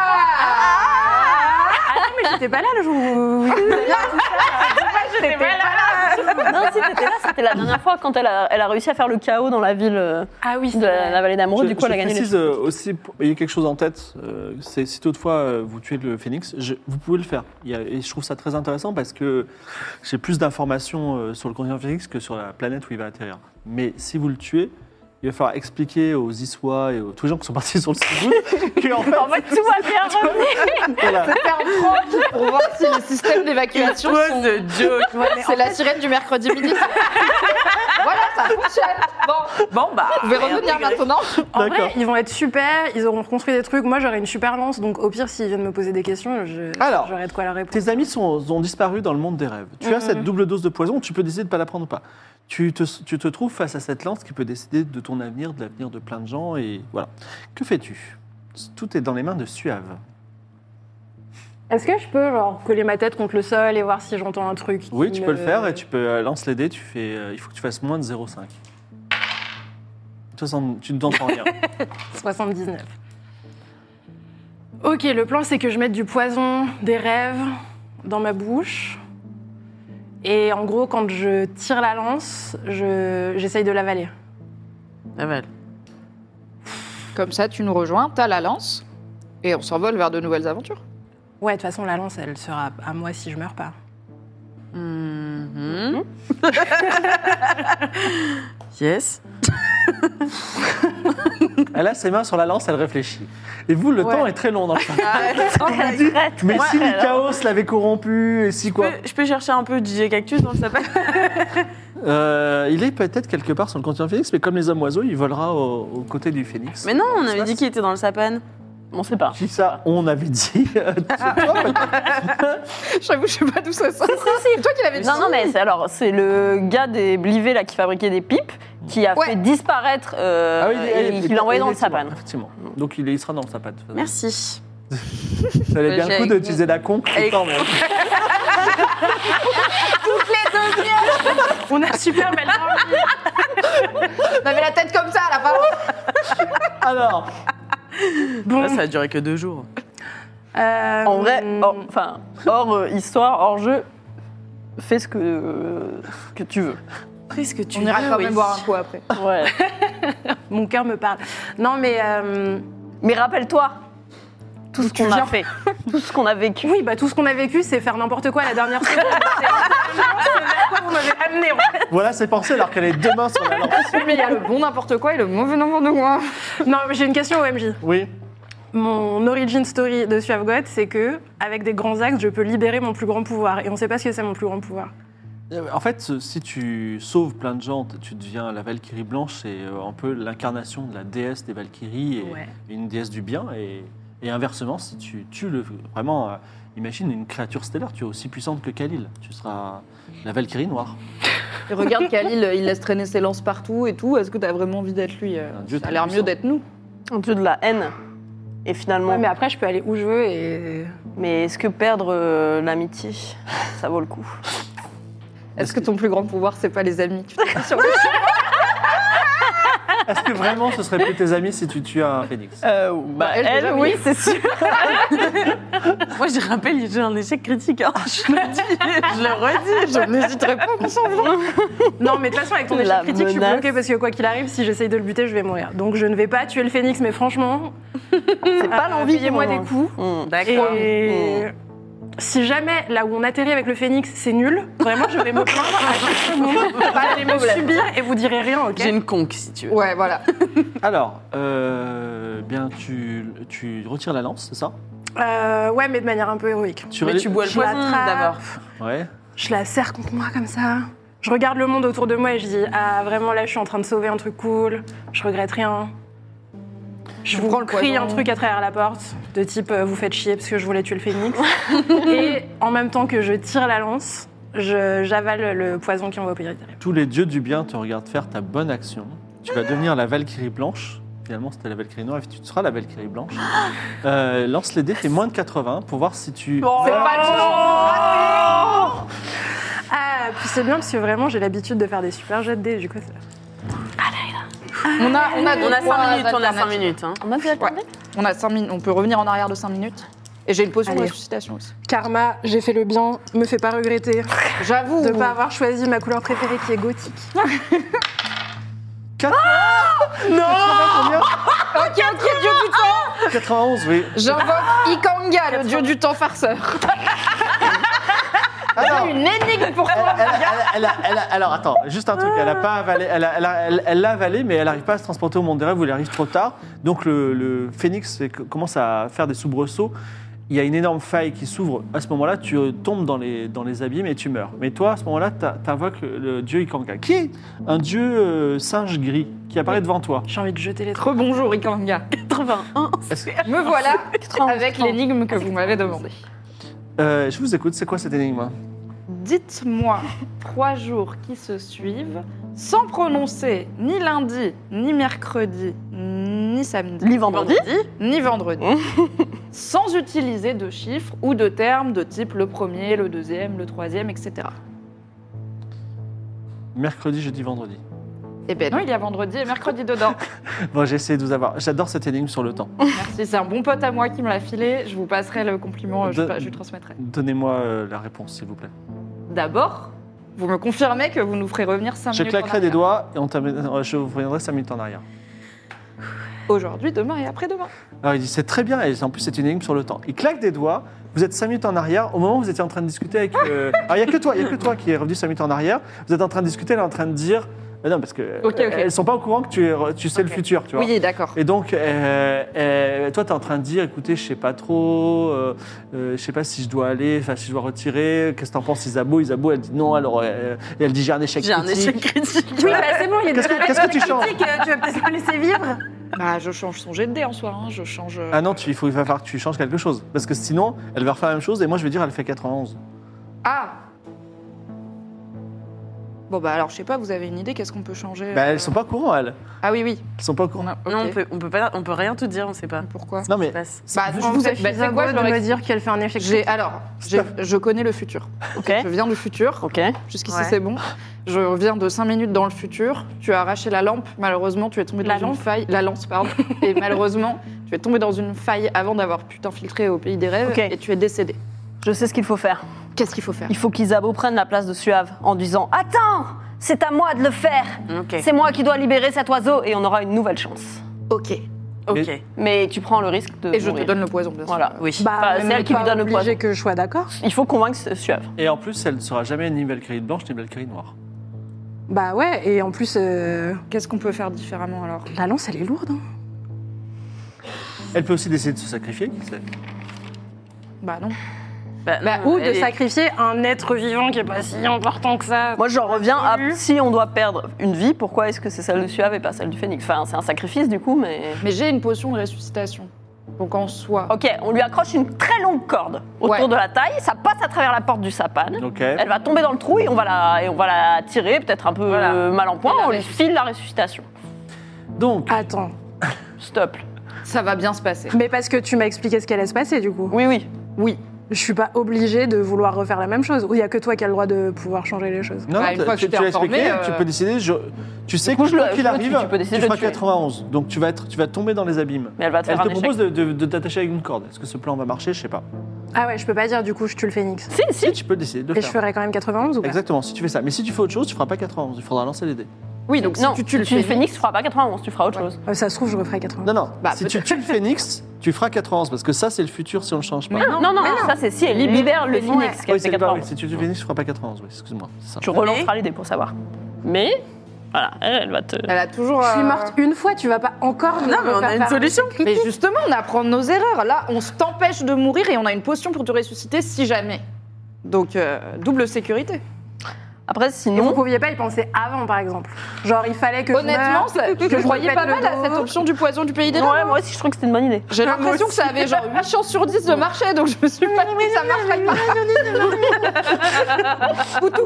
Ah non, mais j'étais pas là le jour où... J'étais pas là. Non, si t'étais là, c'était la dernière fois quand elle a réussi à faire le chaos dans la ville Ah oui, de la vallée d'Amoureux, du coup elle a je gagné les précise aussi, ayez quelque chose en tête, c'est si toutefois vous tuez le phénix, vous pouvez le faire. Et je trouve ça très intéressant parce que j'ai plus d'informations sur le continent phénix que sur la planète où il va atterrir. Mais si vous le tuez, il va falloir expliquer aux Issois et aux tous les gens qui sont partis sur le Sigout qu'en fait, En fait, tout va bien revenir. voilà. C'était un prank pour voir si les systèmes d'évacuation sont... de joke. C'est la sirène du mercredi midi. Voilà, ça fonctionne. Bon, Bon, bah. vous pouvez revenir maintenant. En D'accord. vrai, ils vont être super, ils auront reconstruit des trucs. Moi, j'aurai une super lance, donc au pire, s'ils viennent me poser des questions, Alors, j'aurai de quoi leur répondre. Tes amis ont disparu dans le monde des rêves. Tu as cette double dose de poison, tu peux décider de ne pas la prendre ou pas. Tu te trouves face à cette lance qui peut décider de ton avenir, de l'avenir de plein de gens, et voilà. Que fais-tu? Tout est dans les mains de Suave. Est-ce que je peux genre coller ma tête contre le sol et voir si j'entends un truc Oui, qui tu me- peux le faire, et tu peux lance les dés, il faut que tu fasses moins de 0,5. Tu ne t'entends rien. 79. Ok, le plan c'est que je mette du poison des rêves dans ma bouche. Et en gros, quand je tire la lance, j'essaye de l'avaler. Avale. Comme ça, tu nous rejoins, t'as la lance, et on s'envole vers de nouvelles aventures. Ouais, de toute façon, la lance, elle sera à moi si je meurs pas. Mhm. Yes. Elle a ses mains sur la lance, elle réfléchit. Et vous, le Ouais. temps est très long dans le film. Traite. Mais Ouais, si alors- Chaos l'avait corrompu, et si quoi Je peux chercher un peu DJ Cactus dans le sapin. Il est peut-être quelque part sur le continent Phoenix, mais comme les hommes oiseaux, il volera aux côtés du Phénix. Mais non, on Ça avait se dit passe. qu'il était dans le sapin. On sait pas. Qui ça, on avait dit. C'est toi, peut-être. J'avoue, je sais pas d'où ça sort. C'est toi qui l'avais dit. Non, mais c'est le gars des Blivés là qui fabriquait des pipes qui a Ouais. fait disparaître Ah oui, et qui l'a envoyé dans le sapin. Effectivement. Donc il sera dans le sapin. de toute façon. Merci. Ça allait bien le coup Avec- d'utiliser la conque. Avec- Putain, mais- On a super mal dormi. On avait la tête comme ça à la fin. Alors, Bon, Là, ça a duré que 2 jours. En vrai, hors histoire, hors jeu, fais ce que tu veux. Après, ce que tu On ira veux, quand oui. même boire un coup après. Ouais. mon cœur me parle. Non, mais Mais rappelle-toi tout ce Tu qu'on a viens. fait, tout ce qu'on a vécu. oui, bah tout ce qu'on a vécu, c'est faire n'importe quoi la dernière seconde. C'est exactement ce vers quoi vous m'avez amené. En fait. voilà ses pensées alors qu'elle est deux mains sur la lance. Mais il y a le bon n'importe quoi et le mauvais n'importe quoi. Non, mais j'ai une question au MJ. Oui. Mon origin story de Suave God, c'est que avec des grands axes, je peux libérer mon plus grand pouvoir. Et on sait pas ce que c'est mon plus grand pouvoir. En fait, si tu sauves plein de gens, tu deviens la Valkyrie blanche, c'est un peu l'incarnation de la déesse des Valkyries et Ouais. une déesse du bien. Et inversement, si tu tues vraiment, imagine une créature stellaire, tu es aussi puissante que Khalil. Tu seras la Valkyrie noire. Et regarde Khalil, il laisse traîner ses lances partout et tout. Est-ce que t'as vraiment envie d'être lui Un dieu Ça a très l'air puissant. mieux d'être nous. Un dieu de la haine. Et finalement, Ouais, mais après, je peux aller où je veux et. mais est-ce que perdre l'amitié, ça vaut le coup? Est-ce que ton plus grand pouvoir, c'est pas les amis? Tu t'es mis sur le- Est-ce que vraiment ce serait plus tes amis si tu tues un phénix elle, Elle, déjà, oui, oui. c'est sûr. Moi, je rappelle, j'ai un échec critique. Hein. Je le dis, je le redis. Je n'hésiterai pas à s'en vouloir. Non, mais de toute façon, avec ton échec La critique, je suis menace. bloquée parce que quoi qu'il arrive, si j'essaye de le buter, je vais mourir. Donc je ne vais pas tuer le phénix, mais franchement, C'est pas l'envie. payez-moi qu'on- des coups. D'accord. Et si jamais, là où on atterrit avec le phénix, c'est nul, vraiment, je vais me plaindre à chaque seconde. Vous allez me subir et vous direz rien, ok? J'ai une conque, si tu veux. Ouais, voilà. Alors, bien, tu retires la lance, c'est ça Ouais, mais de manière un peu héroïque. Mais tu bois le Je la poison trappe. d'abord. Ouais. Je la serre contre moi comme ça. Je regarde le monde autour de moi et je dis ah vraiment là je suis en train de sauver un truc cool. Je regrette rien. Je Tu vous prends le crie poison. un truc à travers la porte de type vous faites chier parce que je voulais tuer le phénix. Et en même temps que je tire la lance, j'avale le poison qui envoie au péril. Tous les dieux du bien te regardent faire ta bonne action. Tu vas devenir la Valkyrie blanche. Finalement, c'était la Valkyrie noire et tu seras la Valkyrie blanche. Lance les dés, fais moins de 80 pour voir si tu... C'est pas le moment. Ah puis c'est bien parce que vraiment j'ai l'habitude de faire des super jets de dés du coup. On a On a 5 minutes, on a 5 alternatives. minutes. Hein. On a fait Ouais. On a 5 minutes. On peut revenir en arrière de 5 minutes. Et j'ai une potion de Allez. ressuscitation aussi. Karma, j'ai fait le bien, me fais pas regretter J'avoue. de ne pas avoir choisi ma couleur préférée qui est gothique. 4... Ok, dieu du temps. 91, oui. J'invoque Ikanga, le dieu du temps farceur. Alors, Une énigme pour toi. alors, attends, juste un truc. Elle a pas avalé, elle l'a avalé, mais elle n'arrive pas à se transporter au monde des rêves où il arrive trop tard. Donc le phénix commence à faire des soubresauts. il y a une énorme faille qui s'ouvre. À ce moment-là, tu tombes dans les abîmes et tu meurs. Mais toi, à ce moment-là, tu invoques le dieu Ikanga, qui est un dieu singe gris qui apparaît devant toi. J'ai envie de jeter les trucs. Rebonjour Ikanga. 81. Me voilà 30. avec l'énigme que vous m'avez demandé. Je vous écoute, c'est quoi cette énigme? Dites-moi 3 jours qui se suivent sans prononcer ni lundi, ni mercredi, ni samedi, Lit vendredi. ni vendredi, sans utiliser de chiffres ou de termes de type le premier, le deuxième, le troisième, etc. Mercredi, jeudi, vendredi. Eh ben non, il y a vendredi et mercredi dedans. Bon, j'ai essayé de vous avoir. J'adore cette énigme sur le temps. Merci, c'est un bon pote à moi qui me l'a filé. Je vous passerai le compliment, je lui transmettrai. Donnez-moi la réponse, s'il vous plaît. D'abord, vous me confirmez que vous nous ferez revenir 5 Je minutes en claquerai des arrière. doigts et je vous reviendrai 5 minutes en arrière. Aujourd'hui, demain et après-demain. Alors il dit c'est très bien, et en plus c'est une énigme sur le temps. Il claque des doigts, vous êtes 5 minutes en arrière, au moment où vous étiez en train de discuter avec... Alors il n'y a que toi qui est revenu 5 minutes en arrière, vous êtes en train de discuter, elle est en train de dire... Mais non, parce que Ok. elles ne sont pas au courant que tu sais le futur, tu vois. Oui, d'accord. Et donc, toi, tu es en train de dire, écoutez, je sais pas trop, je sais pas si je dois aller, enfin, si je dois retirer, qu'est-ce que t'en penses, Isabeau, elle dit non, alors, et elle dit j'ai un échec J'ai un critique. échec critique. Oui, bah c'est bon, il y a Qu'est-ce que tu changes? critique, tu vas peut-être pas laisser vivre. Bah, je change son jet de dé en soi, hein. Je change... Ah non, il va falloir que tu changes quelque chose, parce que sinon, elle va refaire la même chose, et moi, je vais dire, elle fait 91. Ah. Bon, bah alors, je sais pas, vous avez une idée, qu'est-ce qu'on peut changer Bah, elles sont pas au courant, elles. Ah oui, oui. Elles sont pas au courant. Ok. Non, on peut rien te dire, on sait pas. Pourquoi Non, mais Ça passe. Bah, Je vous vous êtes... bah, c'est quoi, je de leur me explique. dire qu'elle fait un échec. Je connais le futur. Ok. Je viens du futur. Ok. Jusqu'ici, Ouais. c'est bon. Je reviens de 5 minutes dans le futur. Tu as arraché la lampe. Malheureusement, tu es tombé dans une faille. La lance, pardon. Et malheureusement, tu es tombé dans une faille avant d'avoir pu t'infiltrer au pays des rêves. Ok. Et tu es décédé. Je sais ce qu'il faut faire. Qu'est-ce qu'il faut faire? Il faut qu'Isabeau prenne la place de Suave en disant « Attends, c'est à moi de le faire. Ok. C'est moi qui dois libérer cet oiseau et on aura une nouvelle chance. Ok. Ok. Mais tu prends le risque de Et je te mourir. donne le poison, bien sûr. Voilà. Oui. Bah, Enfin, c'est même elle qui lui pas donne le obligé poison. que je sois d'accord. Il faut convaincre Suave. Et en plus, elle ne sera jamais ni Valkyrie blanche, ni Valkyrie noire. Bah ouais, et en plus, Qu'est-ce qu'on peut faire différemment alors? la lance, elle est lourde. Hein. Elle peut aussi décider de se sacrifier, qui sait. Bah non. Bah, Ou de elle est- sacrifier un être vivant qui est pas si important que ça. Moi, j'en reviens à Salut. si on doit perdre une vie, pourquoi est-ce que c'est celle de Suave et pas celle du Phénix? Enfin, c'est un sacrifice du coup, mais. Mais j'ai une potion de ressuscitation. Donc en soi. Ok, on lui accroche une très longue corde autour Ouais. de la taille, ça passe à travers la porte du sapin. Ok. Elle va tomber dans le trou et on va la tirer, peut-être un peu Voilà. mal en point, Et la on lui file la ressuscitation. Donc, Attends. Stop. Ça va bien se passer. Mais parce que tu m'as expliqué ce qu'elle allait se passer, du coup. Oui, oui. Oui. Je suis pas obligée de vouloir refaire la même chose. Ou il y a que toi qui as le droit de pouvoir changer les choses. non, Bah, une fois que je t'ai l'as informé, expliqué, tu peux décider. Tu sais coup, que je quoi le- qu'il je- arrive, tu peux décider tu de feras tuer. 91. Donc tu vas tomber dans les abîmes. Mais elle va te Elle faire te un échec. propose de t'attacher avec une corde. Est-ce que ce plan va marcher? Je sais pas. Ah ouais, je peux pas dire du coup je tue le phénix. Si, Si, si. tu peux décider de le Et je faire. ferai quand même 91 ou pas? Exactement, si tu fais ça. Mais si tu fais autre chose, tu feras pas 91. Il faudra lancer les dés. Oui, donc si Non, tu tues le Phénix, phénix. tu feras pas 91, tu feras autre chose. Ça se trouve, je referai 91. Non, non. Bah, si tu peut-être. tues le phénix, tu feras 91. Parce que ça, c'est le futur si on ne change pas. Mais non, non, mais non. ça c'est si elle libère le Ouais. Phénix qui a Oui, fait c'est pas vrai. 91. Si tu tues le phénix, tu feras pas 91. Oui, excuse-moi. C'est ça. Tu relanceras les dés pour savoir. Mais, voilà, elle va te. Elle a toujours. Je suis morte une fois, tu vas pas encore me Non, mais on a refaire une faire- solution. Mais justement, on apprend de nos erreurs. Là, on t'empêche de mourir et on a une potion pour te ressusciter si jamais. Donc, double sécurité. Après, Et vous sinon. pouviez pas y penser avant, par exemple. Genre, il fallait que Honnêtement, je meure, je que croyais me pas pète mal le à cette dos. option du poison du pays des rêves. Ouais, moi aussi je trouve que c'était une bonne idée. J'ai l'impression que ça avait genre 8 chances sur 10 de marcher, donc je me suis pas dit que ça marcherait pas. Poutou.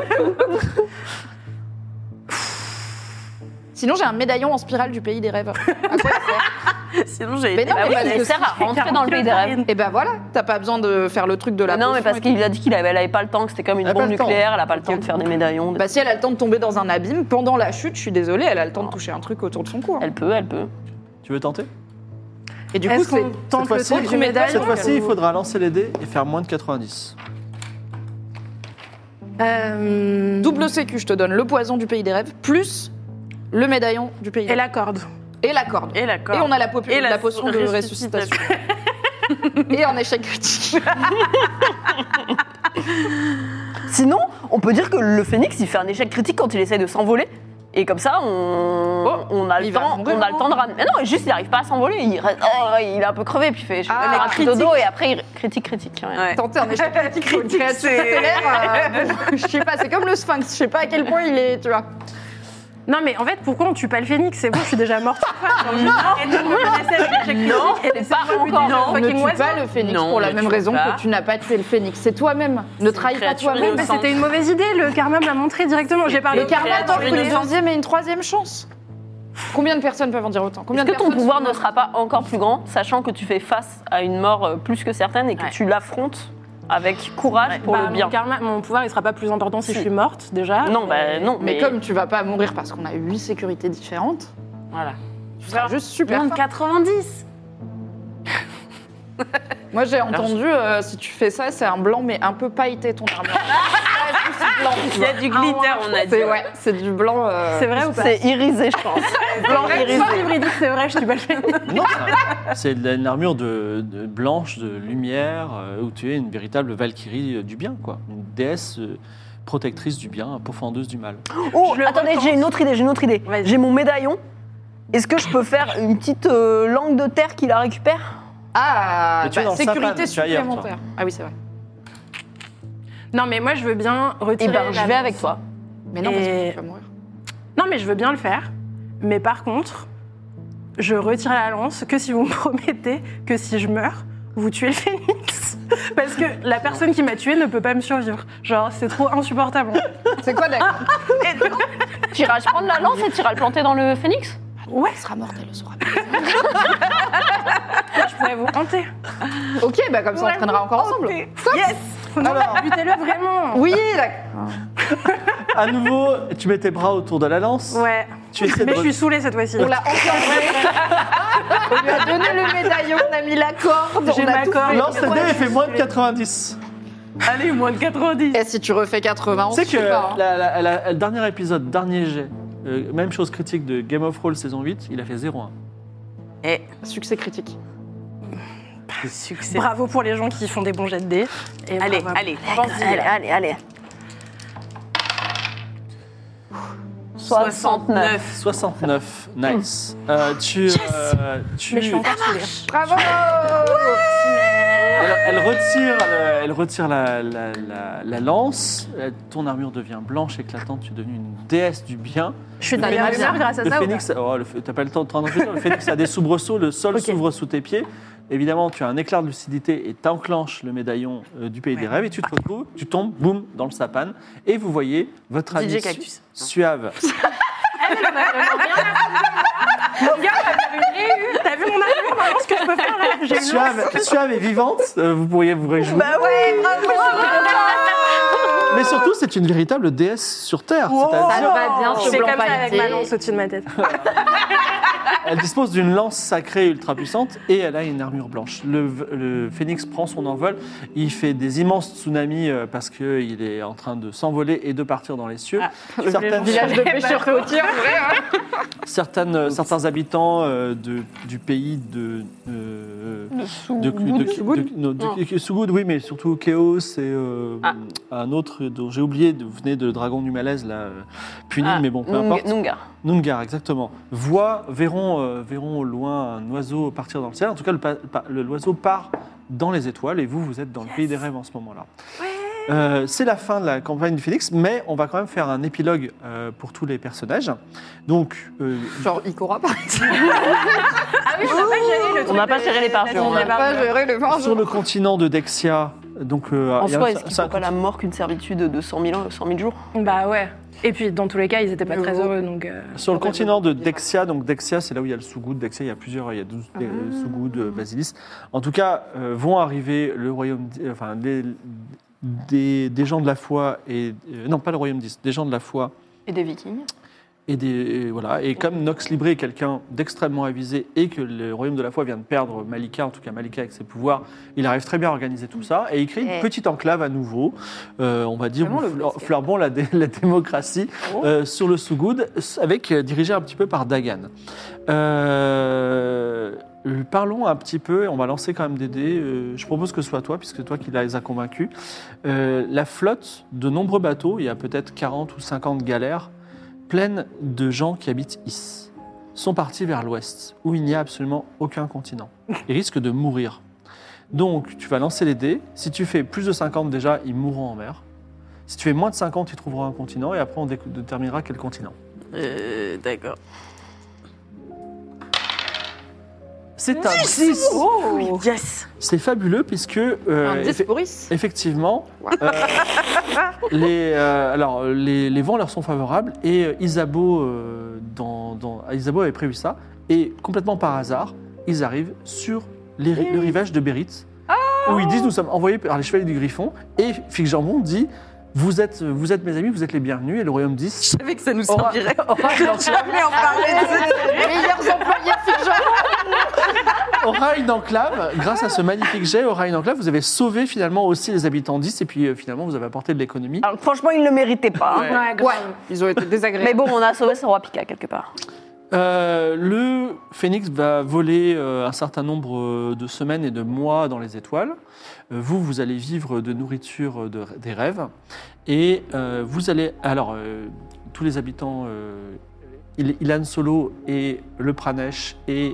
Sinon, j'ai un médaillon en spirale du pays des rêves. À quoi il sert? Sinon, j'ai Mais été. non, Bah mais oui, parce elle que sert à rentrer dans le pays des rêves. Et ben voilà, t'as pas besoin de faire le truc de la Non, mais potion parce et qu'il a dit qu'elle avait pas le temps, que c'était comme une Elle a bombe pas le temps. nucléaire, elle a pas le Ok. temps de faire des médaillons. Bah si elle a le temps de tomber dans un abîme, pendant la chute, je suis désolée, elle a le temps de toucher un truc autour de son cou. hein. Elle peut, elle peut. Tu veux tenter? Et du coup, Est-ce c'est... qu'on tente le fois-ci, truc du médaille Cette fois-ci, il faudra lancer les dés et faire moins de 90. Double sécu, je te donne le poison du pays des rêves, plus le médaillon du pays des Et rêves. la corde. Et la corde. Et la corde. Et on a la, Et la potion de ressuscitation. Et un échec critique. Sinon, on peut dire que le Phénix, il fait un échec critique quand il essaye de s'envoler. Et comme ça, on a le il va temps, mourir, on a le temps de ramener. Mais non, juste il n'arrive pas à s'envoler. Il est un peu crevé, puis il fait. Je vais Ah, faire un petit dodo et après il critique. Ouais. Ouais. Tenter un échec critique sur une créature stellaire, bon, je sais pas, c'est comme le sphinx, je sais pas à quel point il est, tu vois. Non, mais en fait, pourquoi on tue pas le phénix? C'est bon, je suis déjà morte. Et donc, on me laissait avec l'échec Non, critique, et pas laissez-moi encore. buter le On ne fucking tue oiseau. pas le phénix Non, pour la ne même tue raison pas. que tu n'as pas tué le phénix. C'est toi-même. Ne trahis pas créature toi-même. Mais c'était une mauvaise idée, le karma me l'a montré directement. J'ai parlé Le karma t'offre une innocente. deuxième et une troisième chance. Combien de personnes peuvent en dire autant? Combien Est-ce de que ton personnes pouvoir sont- ne sera pas encore plus grand, sachant que tu fais face à une mort plus que certaine et que Ouais. tu l'affrontes avec courage pour Bah, le bien? mon karma, mon pouvoir, il sera pas plus important si je suis morte, déjà. Non, bah non, Mais comme tu vas pas mourir parce qu'on a 8 sécurités différentes, Voilà. tu seras juste super Moins de fort. 90. Moi j'ai entendu, si tu fais ça, c'est un blanc mais un peu pailleté ton armure. Pas juste blanc, tu Il y a vois. du glitter, on a dit. C'est ouais, c'est du blanc. C'est vrai ou pas? c'est irisé, je pense. blanc Vrai, irisé. soit hybridique, c'est vrai, je tue pas le phénix. Non, c'est une armure de blanche, de lumière, où tu es une véritable Valkyrie du bien, quoi. Une déesse protectrice du bien, pourfendeuse du mal. Oh, Je le attendez, retente. j'ai une autre idée. Vas-y. J'ai mon médaillon. Est-ce que je peux faire une petite langue de terre qui la récupère? Ah, Mais tu es dans le sécurité sapin, tu es ailleurs, toi. supplémentaire. Ah oui, c'est vrai. Non, mais moi, je veux bien Eh retirer. ben, je la vais lance. avec toi. Mais non, parce Et- que tu vas mourir. Non, mais je veux bien le faire. Mais par contre, je retire la lance que si vous me promettez que si je meurs, vous tuez le phénix. Parce que la personne qui m'a tué ne peut pas me survivre. Genre, c'est trop insupportable. C'est quoi d'accord? Tu iras prendre la lance et tu iras le planter dans le phénix? Ouais, Elle sera morte, elle le saura pas. je pourrais vous hanter. Ok, bah comme ça on traînera encore ensemble. Yes. Non, butez-le vraiment. Oui, d'accord. À nouveau, tu mets tes bras autour de la lance. Ouais. Tu essaies Mais de... je suis saoulée cette fois-ci. On l'a enclenché. On lui a donné le médaillon, on a mis la corde, J'ai on a ma tout corde. fait. Lance le dé et fait moins de 90. Allez, moins de 90. Et si tu refais 80, Tu sais que je sais pas, hein. le dernier épisode, dernier jet, même chose critique de Game of Thrones saison 8, il a fait 0-1. Et Succès critique. succès. Bravo pour les gens qui font des bons jets de dés. Et Allez, bravo. allez, pense-y. Allez. 69. 69, nice. Tu Mais je suis encore saoulée. Bravo. elle retire la lance, ton armure devient blanche, éclatante, tu es devenue une déesse du bien. Je suis de Le meilleure phénix- humeur grâce à le ça. ou phénix, t'as pas le temps de te rendre compte, le phénix a des soubresauts, le sol Ok. s'ouvre sous tes pieds. Évidemment, tu as un éclair de lucidité et t'enclenches le médaillon du pays des rêves et tu te retrouves, tu tombes, boum, dans le sapin et vous voyez votre ami DJ Cactus. Suave. Mon gars, t'as vu mon armure maintenant, ce que je peux faire là? J'ai une lance. Suave et vivante, vous pourriez vous réjouir. Bah ouais, bravo. Mais surtout, c'est une véritable déesse sur Terre. Ça C'est-à-dire, va bien, ce C'est blanc comme ça avec pailleté. ma lance au-dessus de ma tête. elle dispose d'une lance sacrée ultra puissante et elle a une armure blanche. Le phénix prend son envol, il fait des immenses tsunamis parce qu'il est en train de s'envoler et de partir dans les cieux. Certaines- Village de pêcheurs côtiers, en vrai. Hein. certains habitants du pays Sougoud, oui, mais surtout Chaos et un autre dont j'ai oublié, venait de Dragon du Malaise, là, puni, mais bon, peu importe. Nungar. Nungar, exactement. Verront au loin un oiseau partir dans le ciel. En tout cas, l'oiseau part dans les étoiles et vous êtes dans le pays des rêves en ce moment-là. C'est la fin de la campagne du Phénix, mais on va quand même faire un épilogue pour tous les personnages. Donc, Genre Ikora, par exemple. Ah oui, on n'a pas géré le truc. On n'a pas géré les parjures. On n'a pas géré le vent. sur le continent de Dexia, donc En il y a soi, un- est-ce qu'il c'est ne faut pas la mort qu'une servitude de 100 000 jours? Bah ouais. Et puis, dans tous les cas, ils étaient pas Mais très vous- heureux, donc... Sur le continent de Dexia, donc Dexia, c'est là où il y a le Sougoud. Dexia, il y a plusieurs, il y a 12 Sougoud, Basilis. En tout cas, vont arriver le royaume, enfin des gens de la foi et non pas le royaume 10, des gens de la foi Et des vikings. voilà. Et comme Nox Libre est quelqu'un d'extrêmement avisé et que le royaume de la foi vient de perdre Malika, en tout cas Malika avec ses pouvoirs, il arrive très bien à organiser tout ça et il crée une petite enclave à nouveau, on va dire, Vraiment le où fleurant la démocratie sur le Sougoud, dirigé un petit peu par Dagan. Parlons un petit peu, et on va lancer quand même des dés. Je propose que ce soit toi, puisque c'est toi qui les as convaincus. La flotte de nombreux bateaux, il y a peut-être 40 ou 50 galères, pleine de gens qui habitent Is, sont partis vers l'ouest, où il n'y a absolument aucun continent. Ils risquent de mourir. Donc, tu vas lancer les dés. Si tu fais plus de 50 déjà, ils mourront en mer. Si tu fais moins de 50, ils trouveront un continent, et après on déterminera quel continent. D'accord. C'est un 10. Oh, yes. C'est fabuleux puisque Un 10 pour Is. effectivement, les vents leur sont favorables et Isabeau, Isabeau avait prévu ça et complètement par hasard, ils arrivent sur le rivage de Bérit où ils disent nous sommes envoyés par les chevaliers du Griffon et Fig Jambon dit vous êtes mes amis, vous êtes les bienvenus et le royaume 10 Je savais que ça nous servirait. Jamais en parler de ces meilleurs employés de Fig Jambon. aura une enclave, grâce à ce magnifique jet, aura une enclave. Vous avez sauvé finalement aussi les habitants 10 et puis finalement vous avez apporté de l'économie. Alors franchement, ils ne le méritaient pas. hein. Ouais, grave. Ouais, ils ont été désagréables. Mais bon, on a sauvé ce roi Pika quelque part. Le phénix va voler un certain nombre de semaines et de mois dans les étoiles. Vous allez vivre de nourriture des rêves. Et vous allez... Alors, tous les habitants... Ilan Solo et le Pranesh et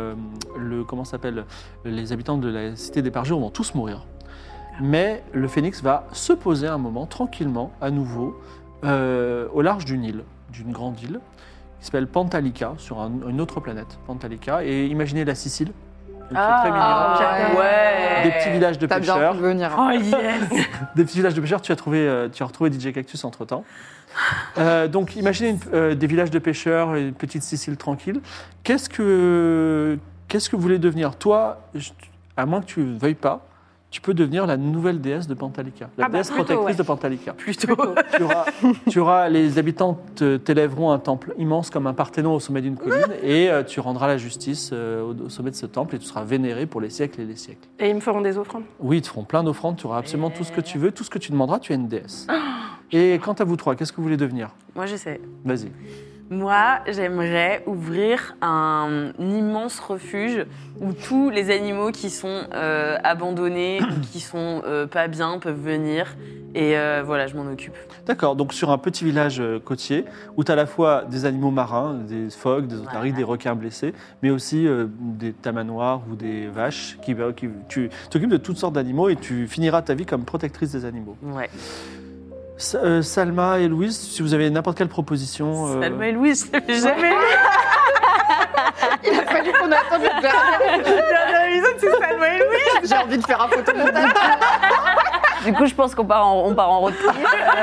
les habitants de la cité des parjures vont tous mourir. Mais le phénix va se poser un moment, tranquillement, à nouveau, au large d'une île, d'une grande île, qui s'appelle Pantalica, sur une autre planète, Pantalica. Et imaginez la Sicile. Donc, c'est très mignon. Ouais. Des petits villages de T'as bien pêcheurs. pu venir. Oh yes. Des petits villages de pêcheurs, tu as retrouvé DJ Cactus entre-temps. Donc imaginez des villages de pêcheurs, une petite Sicile tranquille. Qu'est-ce que vous voulez devenir? Toi, à moins que tu ne veuilles pas, tu peux devenir la nouvelle déesse de Pantalica. La déesse plutôt, protectrice ouais. de Pantalica. Plutôt. Tu auras les habitants t'élèveront un temple immense comme un Parthénon au sommet d'une colline et tu rendras la justice au sommet de ce temple et tu seras vénéré pour les siècles et les siècles. Et ils me feront des offrandes. Oui, ils te feront plein d'offrandes, tu auras absolument tout ce que tu veux, tout ce que tu demanderas, tu es une déesse. Et quant à vous trois, qu'est-ce que vous voulez devenir? Moi, je sais. Vas-y. Moi, j'aimerais ouvrir un immense refuge où tous les animaux qui sont abandonnés ou qui sont pas bien peuvent venir. Et voilà, je m'en occupe. D'accord, donc sur un petit village côtier où tu as à la fois des animaux marins, des phoques, des otaries, des requins blessés, mais aussi des tamanoirs ou des vaches. Tu t'occupes de toutes sortes d'animaux et tu finiras ta vie comme protectrice des animaux. Ouais. Salma et Louise, si vous avez n'importe quelle proposition. Salma et Louise, je l'avais jamais vu. Il a fallu qu'on attende le dernier. Le dernier épisode, c'est Salma et Louise. J'ai envie de faire un photomontage. Du coup, je pense qu'on part en road trip.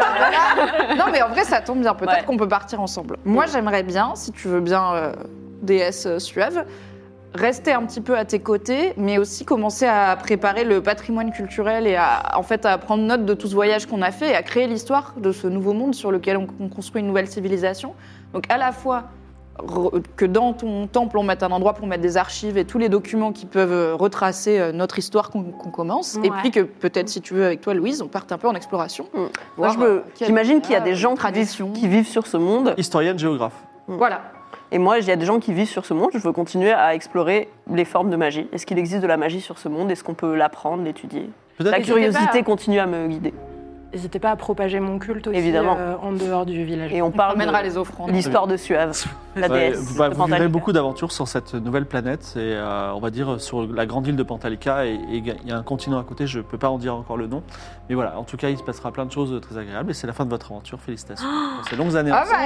Non, mais en vrai, ça tombe bien. Peut-être Ouais. qu'on peut partir ensemble. Moi, j'aimerais bien, si tu veux bien, déesse suave, rester un petit peu à tes côtés, mais aussi commencer à préparer le patrimoine culturel et à prendre note de tout ce voyage qu'on a fait et à créer l'histoire de ce nouveau monde sur lequel on construit une nouvelle civilisation. Donc, à la fois que dans ton temple, on mette un endroit pour mettre des archives et tous les documents qui peuvent retracer notre histoire qu'on commence. Et Ouais. puis que peut-être, si tu veux, avec toi, Louise, on parte un peu en exploration. Moi, Voir, j'imagine qu'il y a des gens traditions. qui vivent sur ce monde. Historienne, géographe. Voilà. Et moi, il y a des gens qui vivent sur ce monde. Je veux continuer à explorer les formes de magie. Est-ce qu'il existe de la magie sur ce monde? Est-ce qu'on peut l'apprendre, l'étudier? Peut-être La que- curiosité pas. continue à me guider. N'hésitez pas à propager mon culte aussi Évidemment. En dehors du village. Et on On parle ramènera de les offrandes. l'histoire de Suave, la Ouais, déesse. vous de vivrez Pantalica. beaucoup d'aventures sur cette nouvelle planète et on va dire sur la grande île de Pantalica et il y a un continent à côté, je ne peux pas en dire encore le nom. Mais voilà, en tout cas, il se passera plein de choses très agréables et c'est la fin de votre aventure. Félicitations pour ces longues années Ah ensemble.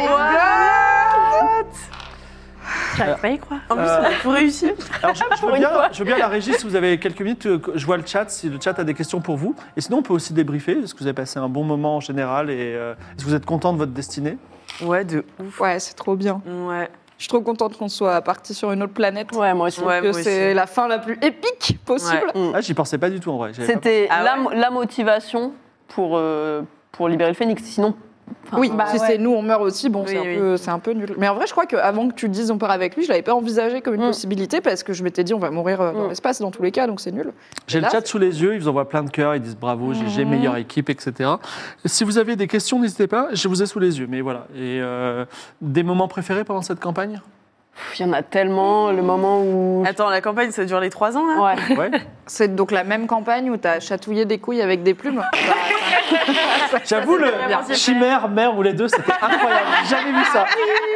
bah, J'arrive pas à y croire. En plus, on a tout réussi. Alors, je veux bien la régie, si vous avez quelques minutes, je vois le chat, si le chat a des questions pour vous. Et sinon, on peut aussi débriefer. Est-ce que vous avez passé un bon moment en général et est-ce que vous êtes content de votre destinée? Ouais, de ouf. ouais, c'est trop bien. Ouais. Je suis trop contente qu'on soit parti sur une autre planète. Ouais, moi aussi. Ouais. Que moi c'est aussi. la fin la plus épique possible. Mm. Ah, j'y pensais pas du tout en vrai. J'avais pas C'était Ah ouais la motivation pour libérer le phénix. Sinon, Oui, bah si ouais. c'est nous, on meurt aussi, bon, Oui, c'est un peu nul. Mais en vrai, je crois qu'avant que tu te dises on part avec lui, je l'avais pas envisagé comme une possibilité parce que je m'étais dit on va mourir dans l'espace dans tous les cas, donc c'est nul. J'ai le Là, chat sous les yeux, ils vous envoient plein de cœurs, ils disent bravo, GG, meilleure équipe, etc. Si vous avez des questions, n'hésitez pas, je vous ai sous les yeux. Mais voilà. Et des moments préférés pendant cette campagne? Il y en a tellement, le moment où... Attends, la campagne, ça dure les 3 ans, là Ouais. Ouais. C'est donc la même campagne où t'as chatouillé des couilles avec des plumes. J'avoue, le vraiment super. chimère, mère ou les deux, c'était incroyable. J'ai jamais vu ça.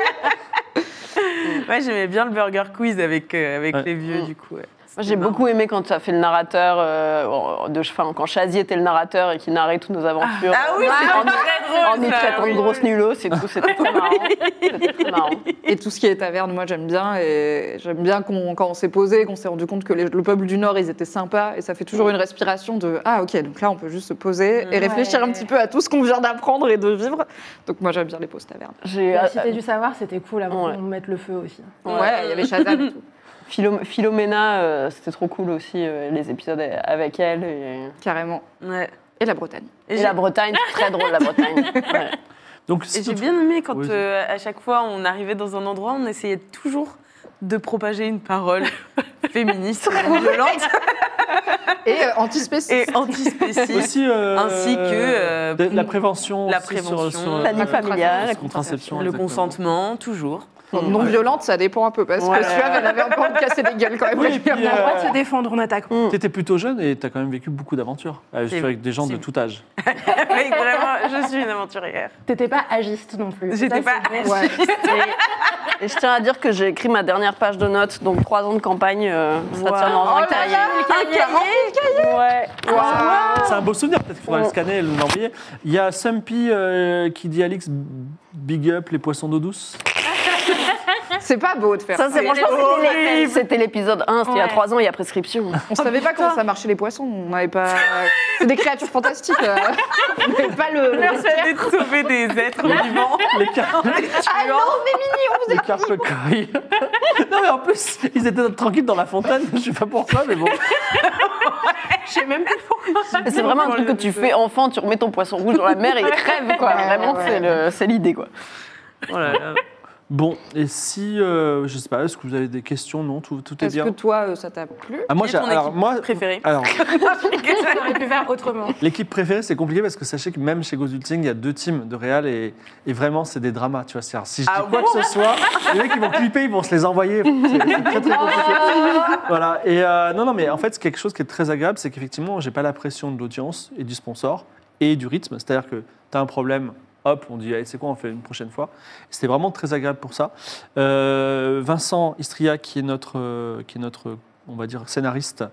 Ouais, j'aimais bien le burger quiz avec Ouais. les vieux, du coup. Ouais. Moi, j'ai beaucoup aimé quand tu as fait le narrateur, quand Chazy était le narrateur et qu'il narrait toutes nos aventures. Ah oui, en, c'était très drôle, en y ça, traitant de oui. grosses nullos et tout, c'était très marrant. C'était très marrant. Et tout ce qui est taverne, moi j'aime bien. Et j'aime bien quand on s'est posé, qu'on s'est rendu compte que le peuple du Nord, ils étaient sympas. Et ça fait toujours une respiration de ah ok, donc là on peut juste se poser et réfléchir un petit peu à tout ce qu'on vient d'apprendre et de vivre. Donc moi j'aime bien les pauses tavernes. La Cité du Savoir, c'était cool avant Ouais. qu'on mette le feu aussi. Ouais, il y avait Shazam et tout. Philomena, c'était trop cool aussi, les épisodes avec elle. Carrément. Ouais. Et la Bretagne. Et la Bretagne, c'est très drôle, la Bretagne. Ouais. Donc, Et si j'ai tout- bien aimé quand Oui. à chaque fois on arrivait dans un endroit, on essayait toujours de propager une parole féministe et non violente Et antispéciste. et antispéciste, aussi, ainsi que la prévention, la aussi prévention, Planning familial, la contraception, le exactement. consentement, toujours. Non violente, ça dépend un peu parce Ouais. que Suave, elle avait encore envie de casser des gueules quand même. Oui, et puis, On a le droit de se défendre, on attaque. T'étais plutôt jeune et t'as quand même vécu beaucoup d'aventures avec des gens de tout âge. Oui, vraiment, je suis une aventurière. T'étais pas agiste non plus. J'étais Ça, pas c'est bon. Ouais. Et je tiens à dire que j'ai écrit ma dernière page de notes, donc 3 ans de campagne, ça tient dans Oh un là cahier. là, Ouais. C'est un beau souvenir, peut-être qu'il faudra le scanner et l'envoyer. Il y a Sumpy qui dit Alix, big up les poissons d'eau douce. c'est pas beau de faire Ça, ça. c'est franchement, c'était l'épisode 1, c'était il y a Ouais. 3 ans, il y a prescription. On savait pas comment ça marchait les poissons. On n'avait pas. C'est des créatures fantastiques. On n'avait pas le. Persuadée de sauver des êtres vivants. Les carpes. Ah non, mais Mini, on vous Les carpes corail. Non, mais en plus, ils étaient tranquilles dans la fontaine. Je sais pas pourquoi, mais bon. Je sais même plus pourquoi. C'est vraiment un truc que tu fais enfant, tu remets ton poisson rouge dans la mer et il crève, quoi. Ouais, Vraiment, ouais. c'est l'idée, quoi. Oh là là. Bon, et si, je sais pas, est-ce que vous avez des questions? Non, tout est Est-ce bien. que toi, ça t'a plu? Ah, moi, Quelle est ton alors, équipe moi, préférée alors, On aurait pu faire autrement. l'équipe préférée, c'est compliqué parce que sachez que même chez Ghost Hulting, il y a 2 teams de réal et vraiment, c'est des dramas, tu vois. C'est-à-dire, si je dis Ah quoi bon que ce soit, les mecs, ils vont clipper, ils vont se les envoyer. C'est très, très compliqué. Voilà. Et non, mais en fait, c'est quelque chose qui est très agréable, c'est qu'effectivement, j'ai pas la pression de l'audience et du sponsor et du rythme. C'est-à-dire que tu as un problème, hop, on dit, allez, c'est quoi, on fait une prochaine fois. C'était vraiment très agréable pour ça. Vincent Istria, qui est notre, on va dire, scénariste,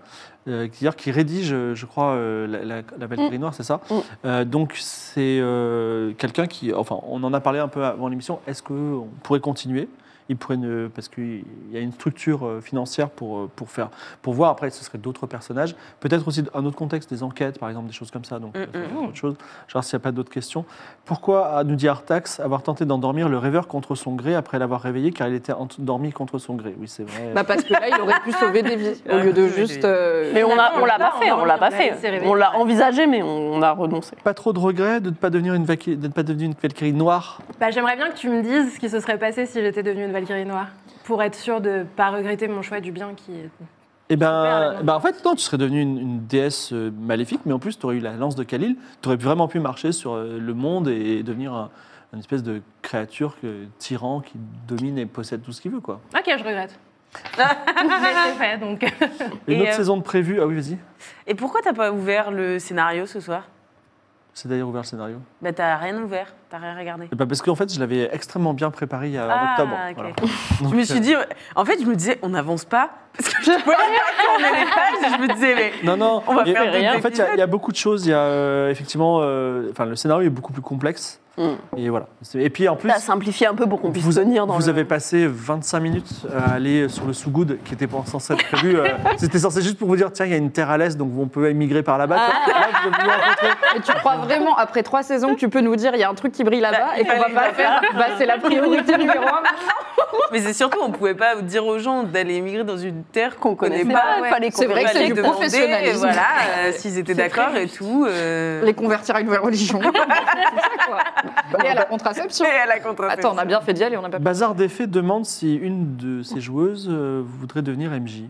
qui rédige, je crois, la Valkyrie Noire, c'est ça. Donc, c'est quelqu'un qui, enfin, on en a parlé un peu avant l'émission, est-ce qu'on pourrait continuer? Il pourrait parce qu'il y a une structure financière pour voir. Après, ce serait d'autres personnages. Peut-être aussi un autre contexte, des enquêtes, par exemple, des choses comme ça. Donc, ça serait autre chose. Genre, s'il n'y a pas d'autres questions. Pourquoi, nous dit Artax, avoir tenté d'endormir le rêveur contre son gré après l'avoir réveillé, car il était endormi contre son gré? Oui, c'est vrai. Bah parce que là, il aurait pu sauver des vies au lieu de juste. Mais on l'a pas fait, on l'a pas fait. C'est réveillé. On l'a envisagé, mais on a renoncé. Pas trop de regrets de ne pas devenir une Valkyrie noire? Bah, j'aimerais bien que tu me dises ce qui se serait passé si j'étais devenue une Valkyrie noire. Pour être sûre de ne pas regretter mon choix du bien qui est. Eh Super, ben, en fait, non, tu serais devenue une déesse maléfique, mais en plus, tu aurais eu la lance de Khalil. Tu aurais vraiment pu marcher sur le monde et devenir une espèce de créature tyran qui domine et possède tout ce qu'il veut, quoi. Ok, je regrette. Mais c'est fait, donc. Une Et, autre saison de prévue. Ah oui, vas-y. Et pourquoi t'as pas ouvert le scénario ce soir? C'est d'ailleurs ouvert le scénario. Bah t'as rien ouvert, t'as rien regardé. Et bah, parce qu'en fait, je l'avais extrêmement bien préparé en octobre. ok. Voilà. Je Donc, me suis dit, en fait, je me disais, on n'avance pas parce que je pouvais pas tourner les pages. Je me disais, mais Non, on va il y a- faire rien. En fait, il y a beaucoup de choses. Il y a effectivement, enfin, le scénario est beaucoup plus complexe. Et voilà. Et puis en plus, T'as simplifié un peu pour qu'on puisse vous, tenir dans vous le... avez passé 25 minutes à aller sur le Sougoud, qui était pas censé être prévu. C'était censé juste pour vous dire, tiens, il y a une terre à l'est, donc on peut émigrer par là-bas. Là, vous avez rencontré. Et tu crois vraiment, après 3 saisons, que tu peux nous dire il y a un truc qui brille là-bas et qu'on va pas le faire? Bah, c'est la priorité numéro 1. Mais c'est surtout, on pouvait pas dire aux gens d'aller émigrer dans une terre qu'on connaît connaît pas, ouais. fallait qu'on C'est vrai que c'est vérifie. du demander, professionnalisme. Voilà, s'ils étaient C'est d'accord très et tout. Les convertir à une nouvelle religion. C'est ça, quoi. Et à la contraception. Et à la contraception. Attends, on a bien fait d'y aller, on n'a pas. Bazar des Faits demande si une de ses joueuses voudrait devenir MJ.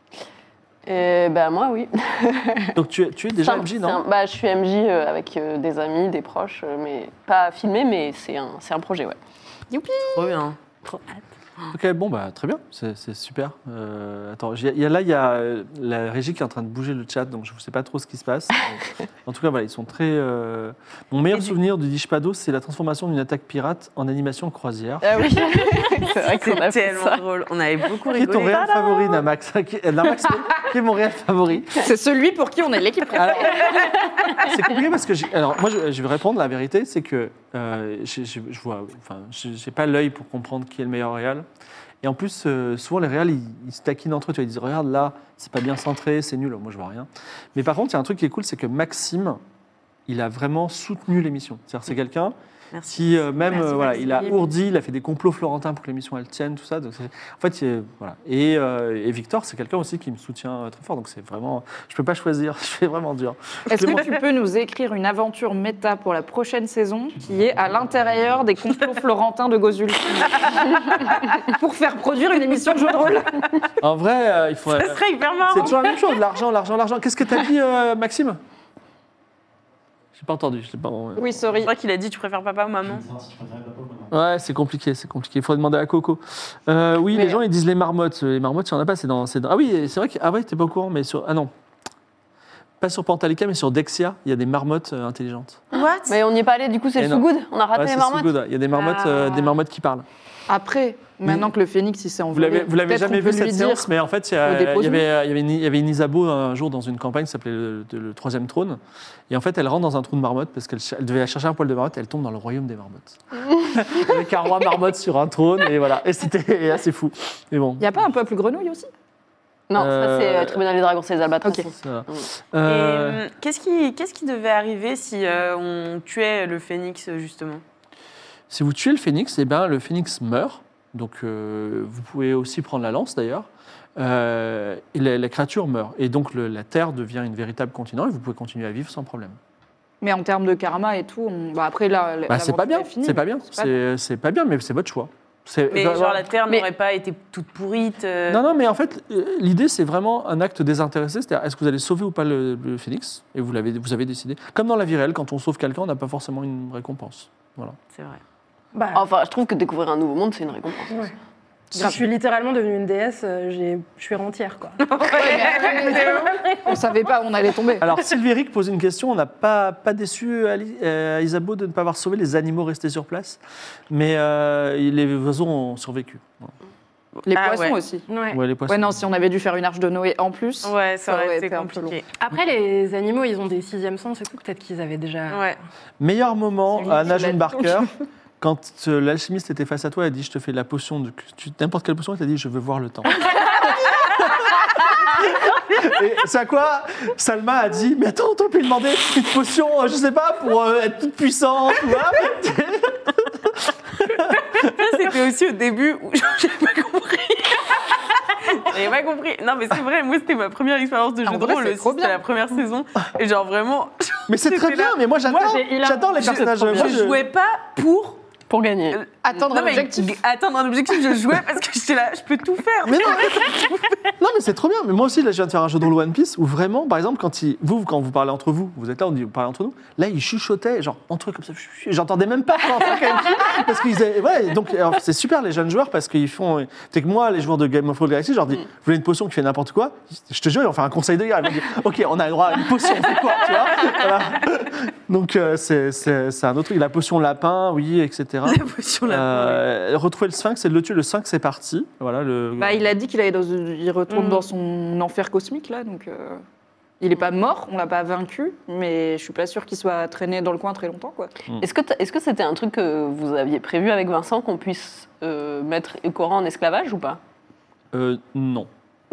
Et ben moi, oui. Donc tu es déjà MJ, non? Bah, je suis MJ avec des amis, des proches, mais pas filmé, mais c'est un projet, ouais. Youpi. Trop bien. Ok, bon, bah, très bien, c'est super. Attends, il y a la régie qui est en train de bouger le chat, donc je ne sais pas trop ce qui se passe. En tout cas, voilà, ils sont très... Mon meilleur souvenir de Dishpado, c'est la transformation d'une attaque pirate en animation croisière. Ah oui, c'est vrai qu'on a C'est fait tellement ça. drôle. On avait beaucoup Qui est ton rigolé. réel favori, Namax? Namax, qui est mon réel favori? C'est celui pour qui on est l'équipe. Alors, c'est compliqué parce que alors moi je vais répondre. La vérité, c'est que je vois, enfin, j'ai pas l'œil pour comprendre qui est le meilleur réal. Et en plus, souvent les réals ils se taquinent entre eux. Tu vois, ils disent regarde là, c'est pas bien centré, c'est nul. Moi je vois rien. Mais par contre, il y a un truc qui est cool, c'est que Maxime, il a vraiment soutenu l'émission. C'est-à-dire c'est quelqu'un Merci. qui même Merci, voilà, Maxime. il a ourdi, il a fait des complots florentins pour que l'émission elle tienne, tout ça. Donc en fait, voilà. Et Victor, c'est quelqu'un aussi qui me soutient très fort. Donc c'est vraiment, je peux pas choisir. Je fais vraiment dur. Est-ce que tu peux nous écrire une aventure méta pour la prochaine saison qui est à l'intérieur des complots florentins de Gozul pour faire produire une émission de jeu de rôle? En vrai, il faut. Ça serait hyper marrant. C'est toujours la même chose, l'argent. Qu'est-ce que t'as dit, Maxime? J'ai pas entendu. Je sais pas. Oui, Je sorry. crois qu'il a dit tu préfères papa ou maman. Ouais, c'est compliqué. Il faudrait demander à Coco. Oui, les gens ils disent les marmottes. Les marmottes, il n'y en a pas. Ah oui, c'est vrai que. Ah ouais, t'es pas au courant, mais sur. Ah non. Pas sur Pantalica, mais sur Dexia, il y a des marmottes intelligentes. What? Mais on n'y est pas allé, du coup, c'est Eh So non. Good. On a raté Ouais, les c'est marmottes. so good. Il y a des marmottes qui parlent. Après, maintenant que le phénix il s'est Vous envolé, l'avez peut-être jamais qu'on vu peut cette lui dire. séance, mais en fait, il y avait une Isabeau un jour dans une campagne qui s'appelait le Troisième Trône. Et en fait, elle rentre dans un trou de marmotte parce qu'elle devait chercher un poil de marmotte et elle tombe dans le royaume des marmottes. Avec un roi marmotte sur un trône, et voilà. Et c'était assez fou. Mais bon. Il n'y a pas un peuple grenouille aussi? Non, ça c'est Euh, Tribunal des Dragons, c'est les albatros. Ok. Ça. Et qu'est-ce qui devait arriver si on tuait le phénix, justement? Si vous tuez le phénix, eh ben, le phénix meurt. Donc, vous pouvez aussi prendre la lance, d'ailleurs. Et la créature meurt. Et donc, la Terre devient une véritable continent et vous pouvez continuer à vivre sans problème. Mais en termes de karma et tout, après là, Bah, c'est pas bien. C'est pas bien. pas C'est pas bien, mais c'est votre choix. Mais genre la Terre Mais- n'aurait pas été toute pourrite. Non, mais en fait, l'idée, c'est vraiment un acte désintéressé. C'est-à-dire, est-ce que vous allez sauver ou pas le phénix? Et vous avez décidé. Comme dans la vie réelle, quand on sauve quelqu'un, on n'a pas forcément une récompense. Voilà. C'est vrai. Bah, Enfin, je trouve que découvrir un nouveau monde, c'est une récompense. ouais. Je suis littéralement devenue une déesse, je suis rentière, quoi. On savait pas où on allait tomber. Alors, Sylvéric pose une question. On n'a pas déçu à Isabeau de ne pas avoir sauvé les animaux restés sur place. Mais les oiseaux ont survécu. Voilà. Les Ah, poissons ouais. aussi. Ouais. Ouais, les poissons. Ouais, non, si on avait dû faire une arche de Noé en plus. Ouais, ça aurait été un peu compliqué. Après, les animaux, ils ont des sixièmes sens et tout. Peut-être qu'ils avaient déjà. Ouais. Meilleur moment C'est à lui, Najun c'est Barker, quand l'alchimiste était face à toi, elle a dit je te fais la potion, n'importe quelle potion, et tu as dit je veux voir le temps. Et c'est à quoi Salma a dit mais attends, on peut lui demander une potion, je sais pas, pour être toute puissante. Tu vois. C'était aussi au début où j'avais pas compris. J'avais pas compris. Non, mais c'est vrai, moi, c'était ma première expérience de jeu En de vrai, rôle c'est aussi. trop C'était bien. la première saison. Et genre, vraiment, Mais c'est très C'était bien, là. mais moi j'adore j'ai hilarant. j'adore les personnages. trop bien. Moi, je jouais pas pour Pour gagner. Attendre non, un mais objectif. atteindre un objectif. Je jouais parce que j'étais là, je peux tout faire. Mais non, non, mais c'est trop bien. Mais moi aussi, là, je viens de faire un jeu de rôle One Piece où vraiment, par exemple, quand vous parlez entre vous, vous êtes là, vous parlez entre nous, là, ils chuchotaient, genre, entre eux comme ça, j'entendais même pas en tant qu'MJ, parce qu'ils avaient, ouais, donc, alors, c'est super les jeunes joueurs parce qu'ils font, c'est que moi, les joueurs de Game of Thrones Galaxy, je leur dis, vous voulez une potion qui fait n'importe quoi, je te jure, ils vont faire un conseil de guerre, ils vont dire, ok, on a le droit à une potion, c'est quoi, tu vois, voilà. Donc, c'est un autre truc, la potion lapin, oui, etc. La potion lapin, Retrouver le sphinx et de le tuer, le sphinx, c'est parti, voilà, Bah, il a dit qu'il il retourne dans son enfer cosmique là, donc il est pas mort, on l'a pas vaincu, mais je suis pas sûre qu'il soit traîné dans le coin très longtemps quoi. Est-ce que c'était un truc que vous aviez prévu avec Vincent, qu'on puisse mettre Ikora en esclavage ou pas? Non.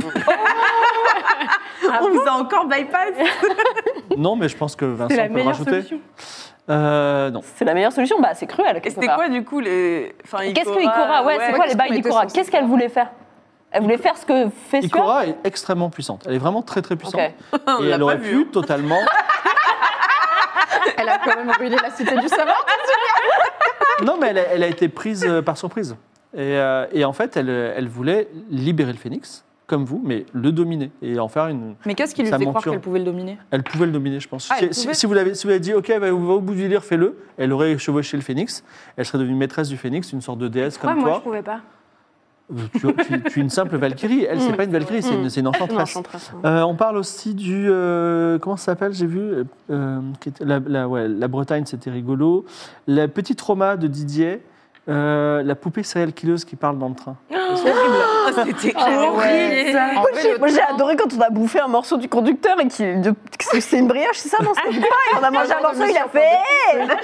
On vous a encore bypass. Non, mais je pense que Vincent C'est la peut le meilleure rajouter. solution. Non. C'est la meilleure solution? Bah, c'est cruel. Et quelque c'était part. quoi, du coup, les. Enfin, Qu'est-ce que Ikora? Ouais, c'est quoi les qu'est-ce bails qu'on était d'Ikora? censé Qu'est-ce qu'elle voulait faire? Elle voulait faire ce que fait Suar? Ikora est extrêmement puissante. Elle est vraiment très très puissante. Ok. On Et l'a elle pas aurait vu, pu totalement. Elle a quand même ruiné la cité du savoir. Non, mais elle a été prise par surprise. Et en fait, elle voulait libérer le phénix, comme vous, mais le dominer et en faire une. Mais qu'est-ce qui lui Sa faisait croire monture. qu'elle pouvait le dominer? Elle pouvait le dominer, je pense. Ah, elle si, pouvait. si vous l'avez dit, ok, va au bout du délire, fais-le. Elle aurait chevauché le phénix. Elle serait devenue maîtresse du phénix, une sorte de déesse Pourquoi comme moi, toi. je pouvais pas? Tu es une simple Valkyrie. Elle, c'est pas une Valkyrie, c'est une enchanteresse. Enchanteresse. On parle aussi du... comment ça s'appelle, j'ai vu qui était- la Bretagne, c'était rigolo. La petite Roma de Didier. La poupée serial killeuse qui parle dans le train. C'était horrible, ça. En vrai, Moi, j'ai adoré quand on a bouffé un morceau du conducteur et que c'est une brioche, c'est ça? Non, c'était pas. On a mangé un morceau, il a fait.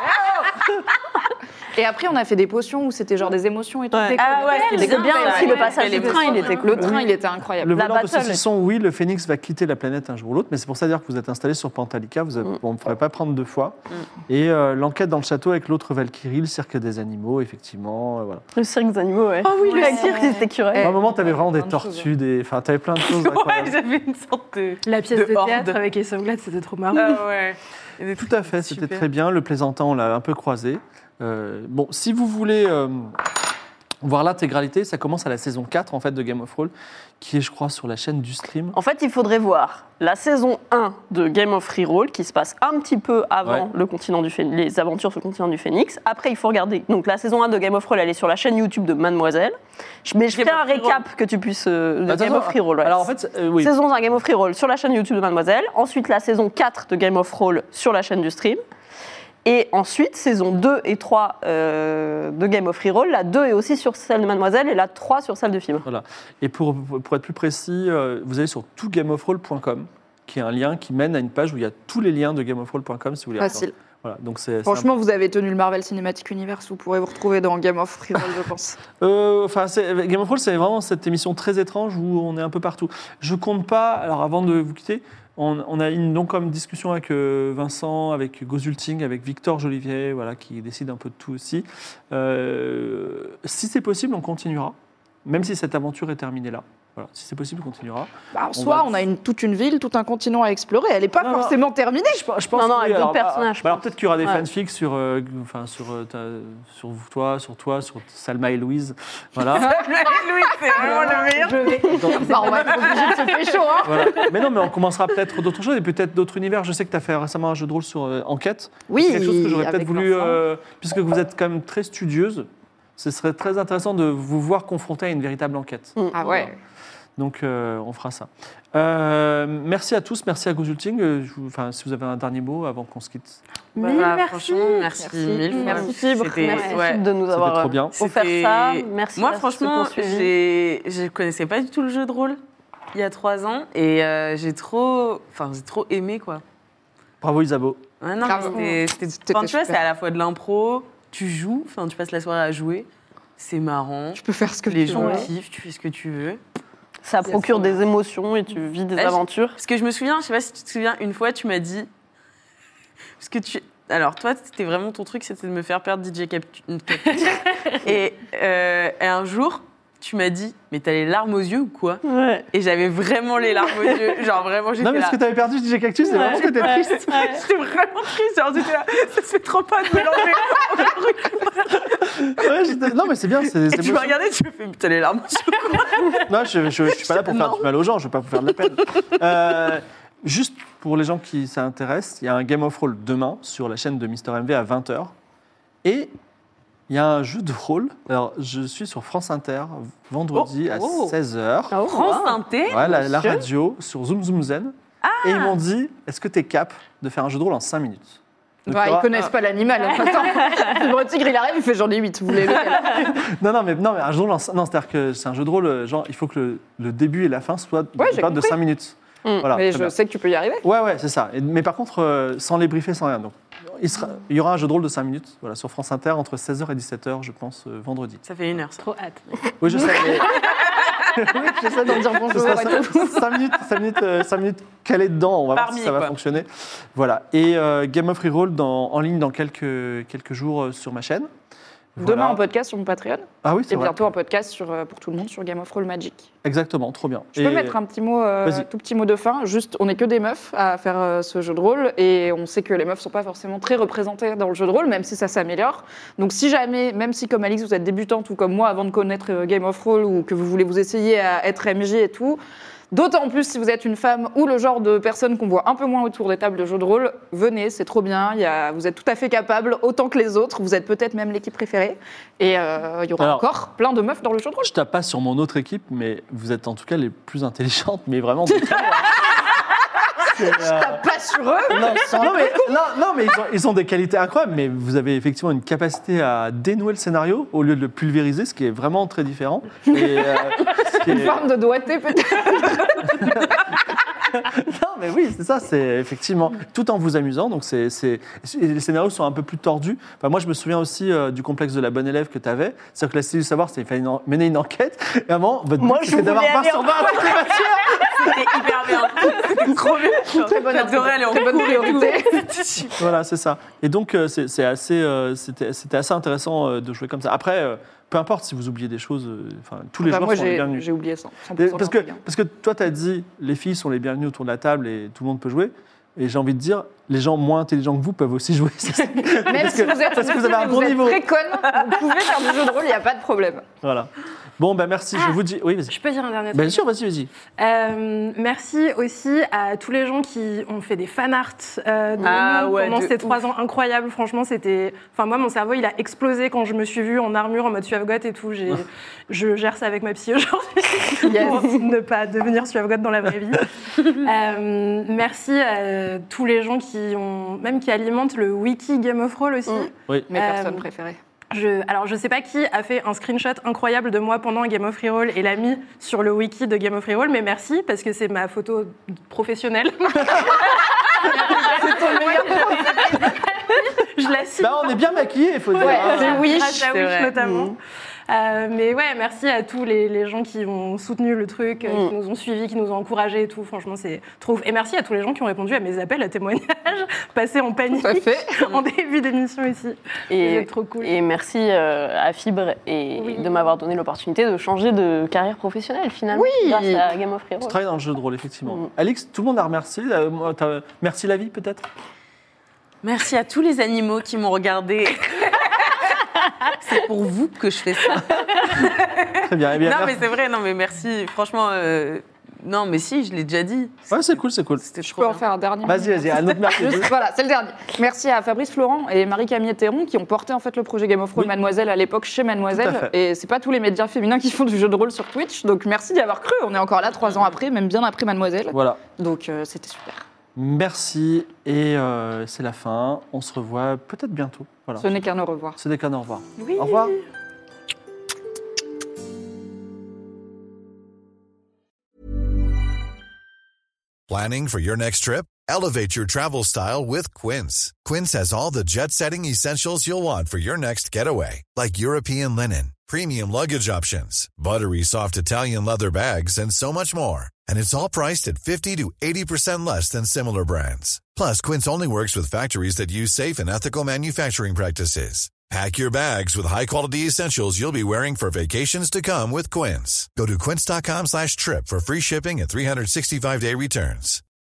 Et après, on a fait des potions où c'était genre des émotions et tout. Ouais. Ah ouais, C'est bien aussi le passage du train, il était Le cool. train, il était incroyable. Le La voleur de battle. saucisson, oui, le phénix va quitter la planète un jour ou l'autre, mais c'est pour ça dire que vous êtes installé sur Pantalica, on ne pourrait pas prendre 2 fois. Et l'enquête dans le château avec l'autre Valkyrie, le cirque des animaux, effectivement. Voilà. Le cirque des animaux, ouais. Oh oui, le cirque des écureuils. À un moment, tu avais vraiment des plein de choses. tortues, enfin, tu avais plein de choses Ouais, incroyables. j'avais une sorte de. La pièce De de théâtre horde. avec Ace of Glad, c'était trop marrant. Ah ouais. Il y avait Tout à fait, c'était Super. très bien. Le plaisantin, on l'a un peu croisé. Bon, si vous voulez voir l'intégralité, ça commence à la saison 4 en fait, de Game of Thrones, qui est, je crois, sur la chaîne du stream. En fait, il faudrait voir la saison 1 de Game of Reroll qui se passe un petit peu avant Ouais. le continent du les aventures sur le continent du Phénix. Après, il faut regarder. Donc, la saison 1 de Game of Roll, elle est sur la chaîne YouTube de Mademoiselle. Mais je Game ferai un of Reroll. récap que tu puisses de Attends, Game of Reroll. ouais. Alors en fait, oui. Saison 1 Game of Reroll sur la chaîne YouTube de Mademoiselle. Ensuite, la saison 4 de Game of Roll sur la chaîne du stream. Et ensuite, saison 2 et 3 de Game of Reroll. La 2 est aussi sur celle de Mademoiselle et la 3 sur celle de Fibre. Et pour être plus précis, vous allez sur toutgameofroll.com, qui est un lien qui mène à une page où il y a tous les liens de gameofroll.com si vous voulez. Facile. Voilà, donc c'est Franchement, vous avez tenu le Marvel Cinematic Universe, vous pourrez vous retrouver dans Game of Thrones, je pense. Enfin, Game of Thrones, c'est vraiment cette émission très étrange où on est un peu partout. Je compte pas. Alors, avant de vous quitter, on a une donc comme discussion avec Vincent, avec Gozulting, avec Victor Jolivier, voilà, qui décide un peu de tout aussi. Si c'est possible, on continuera, même si cette aventure est terminée là. Voilà, si c'est possible, on continuera. En soi, on a toute une ville, tout un continent à explorer. Elle n'est pas Non, forcément terminée. Je pense Non, non, que oui, avec d'autres alors, personnages, alors je peut-être qu'il y aura des Ouais. fanfics sur toi, sur Salma et Louise. Voilà. Louis, c'est vraiment le meilleur. Donc, Bah, on va être obligé de se pécho, hein. voilà. Mais non, mais on commencera peut-être d'autres choses et peut-être d'autres univers. Je sais que tu as fait récemment un jeu de rôle sur Enquête. Oui, C'est quelque chose que j'aurais peut-être avec voulu, Vincent. puisque vous êtes quand même très studieuse, ce serait très intéressant de vous voir confronter à une véritable enquête. Ah ouais. Donc, on fera ça. Merci à tous, merci à Gozulting. Si vous avez un dernier mot avant qu'on se quitte. Mille Bah, merci. franchement, merci mille. Merci, Fibre. C'était- Merci ouais. Fibre de nous C'était avoir trop bien. offert C'était- ça. Merci Moi, à ceux franchement, qui ont suivi. je connaissais pas du tout le jeu de rôle il y a 3 ans et j'ai trop aimé quoi. Bravo Isabeau. Ouais, non, Bravo. c'était C'était enfin, tu vois, super. c'est à la fois de l'impro, tu joues, enfin tu passes la soirée à jouer, c'est marrant. Tu peux faire ce que Les tu gens veux. kiffent, tu fais ce que tu veux. Ça procure des émotions et tu vis des Ouais, aventures. Parce que je me souviens, je sais pas si tu te souviens, une fois tu m'as dit. Parce que tu. Alors toi, c'était vraiment ton truc, c'était de me faire perdre DJ Capture. et un jour, tu m'as dit, mais t'as les larmes aux yeux ou quoi? Ouais. Et j'avais vraiment les larmes aux yeux. Genre vraiment, j'étais Non, mais là. ce que tu avais perdu, DJ Cactus, c'est vraiment que t'étais triste. J'étais vraiment triste. Genre, j'étais là, ça se fait trop pas de mélanger. Ouais, non, mais c'est bien. Et tu m'as regardé, tu me fais, mais t'as les larmes aux yeux. Non, je suis pas là pour faire du mal aux gens, je ne vais pas vous faire de la peine. Juste pour les gens qui s'intéressent, il y a un Game of Roll demain sur la chaîne de Mister MV à 20h. Et il y a un jeu de rôle. Alors, je suis sur France Inter vendredi à 16h. Oh, France wow. Inté. Ouais, la radio sur Zoom Zoom Zen. Et ils m'ont dit, est-ce que tu es cap de faire un jeu de rôle en 5 minutes? Donc, Ouais, il y ils aura- connaissent pas l'animal. En fait, le tigre, il arrive, il fait j'en ai 8. Vous voulez lequel? Non, mais un jeu de rôle non, c'est-à-dire que c'est un jeu de rôle, genre, il faut que le début et la fin soient j'ai de compris. 5 minutes. Voilà, Mais très je bien. sais que tu peux y arriver. Ouais, c'est ça. Mais par contre, sans les briefer, sans rien. Donc, il y aura un jeu de rôle de 5 minutes voilà, sur France Inter entre 16h et 17h, je pense, vendredi. Ça fait 1 heure, ça. Trop hâte. Oui, je sais. Mais... oui, j'essaie d'en dire bonjour Ce sera à 5 minutes calées dedans. On va voir Parmi, si ça va quoi. fonctionner. Voilà. Et Game of Reroll en ligne dans quelques jours sur ma chaîne. Voilà. Demain en podcast sur mon Patreon. Ah oui, c'est Et vrai. bientôt en podcast pour tout le monde sur Game of Roll Magic. Exactement, trop bien. Je peux mettre un petit mot, Vas-y. tout petit mot de fin. Juste, on n'est que des meufs à faire ce jeu de rôle et on sait que les meufs sont pas forcément très représentées dans le jeu de rôle, même si ça s'améliore. Donc, si jamais, même si comme Alix vous êtes débutante ou comme moi avant de connaître Game of Roll ou que vous voulez vous essayer à être MJ et tout, D'autant plus si vous êtes une femme ou le genre de personne qu'on voit un peu moins autour des tables de jeux de rôle, venez, c'est trop bien. Vous êtes tout à fait capable, autant que les autres. Vous êtes peut-être même l'équipe préférée. Et il y aura encore plein de meufs dans le jeu de rôle. Je tape pas sur mon autre équipe, mais vous êtes en tout cas les plus intelligentes, mais vraiment. Je tape pas sur eux. Non, mais ils ont des qualités incroyables, mais vous avez effectivement une capacité à dénouer le scénario au lieu de le pulvériser, ce qui est vraiment très différent. Et, Une forme de doigté peut-être. Non, mais oui, c'est ça, c'est effectivement tout en vous amusant. Donc, les scénarios sont un peu plus tordus. Enfin, moi, je me souviens aussi du complexe de la bonne élève que tu avais. C'est-à-dire que la cellule du savoir, c'était qu'il fallait mener une enquête. Et avant, votre but, c'était d'avoir 20 sur 20 à toutes les matières. C'était hyper bien. C'était trop bien. Très bonne priorité. Voilà, c'est ça. Et donc, c'était assez intéressant de jouer comme ça. Après, peu importe si vous oubliez des choses, tous les joueurs sont les bienvenus. J'ai oublié ça. Parce que toi, tu as dit, les filles sont les bienvenues autour de la table et tout le monde peut jouer. Et j'ai envie de dire, les gens moins intelligents que vous peuvent aussi jouer. Même si vous êtes un bon niveau. Très conne, vous pouvez faire du jeu de rôle, il n'y a pas de problème. Voilà. Bon, merci. Je vous dis. Oui, vas-y. Je peux dire un dernier truc? Bien sûr, vas-y. Merci aussi à tous les gens qui ont fait des fanarts de nous pendant ces 3 ans incroyables. Franchement, c'était. Enfin, moi, mon cerveau, il a explosé quand je me suis vue en armure, en mode Suave-Goth et tout. Je gère ça avec ma psy aujourd'hui pour ne pas devenir Suave-Goth dans la vraie vie. Merci à tous les gens qui alimentent le wiki Game of Thrones aussi. Oui. Mes personnes préférées. Alors, je sais pas qui a fait un screenshot incroyable de moi pendant Game of Reroll et l'a mis sur le wiki de Game of Reroll, mais merci, parce que c'est ma photo professionnelle. C'est ton meilleur. Je la cite. On est bien maquillés, il faut dire. C'est Wish, grâce à Wish notamment. Mais ouais, merci à tous les gens qui ont soutenu le truc, qui nous ont suivis, qui nous ont encouragés et tout. Franchement, c'est trop ouf. Et merci à tous les gens qui ont répondu à mes appels à témoignages, passés en panique en début d'émission ici. C'est trop cool. Et merci à Fibre de m'avoir donné l'opportunité de changer de carrière professionnelle finalement. Grâce à Game of Thrones. Tu travailles dans le jeu de rôle, effectivement. Alix, tout le monde a remercié. Merci la vie, peut-être. Merci à tous les animaux qui m'ont regardé. C'est pour vous que je fais ça. Très bien. Non, mais c'est vrai, merci. Franchement, non, mais si, je l'ai déjà dit. Ouais, c'est cool. Je peux en faire un dernier. Vas-y, un autre merci. Voilà, c'est le dernier. Merci à Fabrice Florent et Marie-Camille Théron qui ont porté en fait le projet Game of Thrones Mademoiselle à l'époque chez Mademoiselle. Et c'est pas tous les médias féminins qui font du jeu de rôle sur Twitch. Donc merci d'y avoir cru. On est encore là 3 ans après, même bien après Mademoiselle. Voilà. Donc c'était super. Merci et c'est la fin. On se revoit peut-être bientôt. Voilà. Ce n'est qu'un au revoir. Ce n'est qu'un au revoir. Oui. Au revoir. Planning for your next trip? Elevate your travel style with Quince. Quince has all the jet-setting essentials you'll want for your next getaway, like European linen, premium luggage options, buttery soft Italian leather bags, and so much more. And it's all priced at 50 to 80% less than similar brands. Plus, Quince only works with factories that use safe and ethical manufacturing practices. Pack your bags with high-quality essentials you'll be wearing for vacations to come with Quince. Go to quince.com/trip for free shipping and 365-day returns.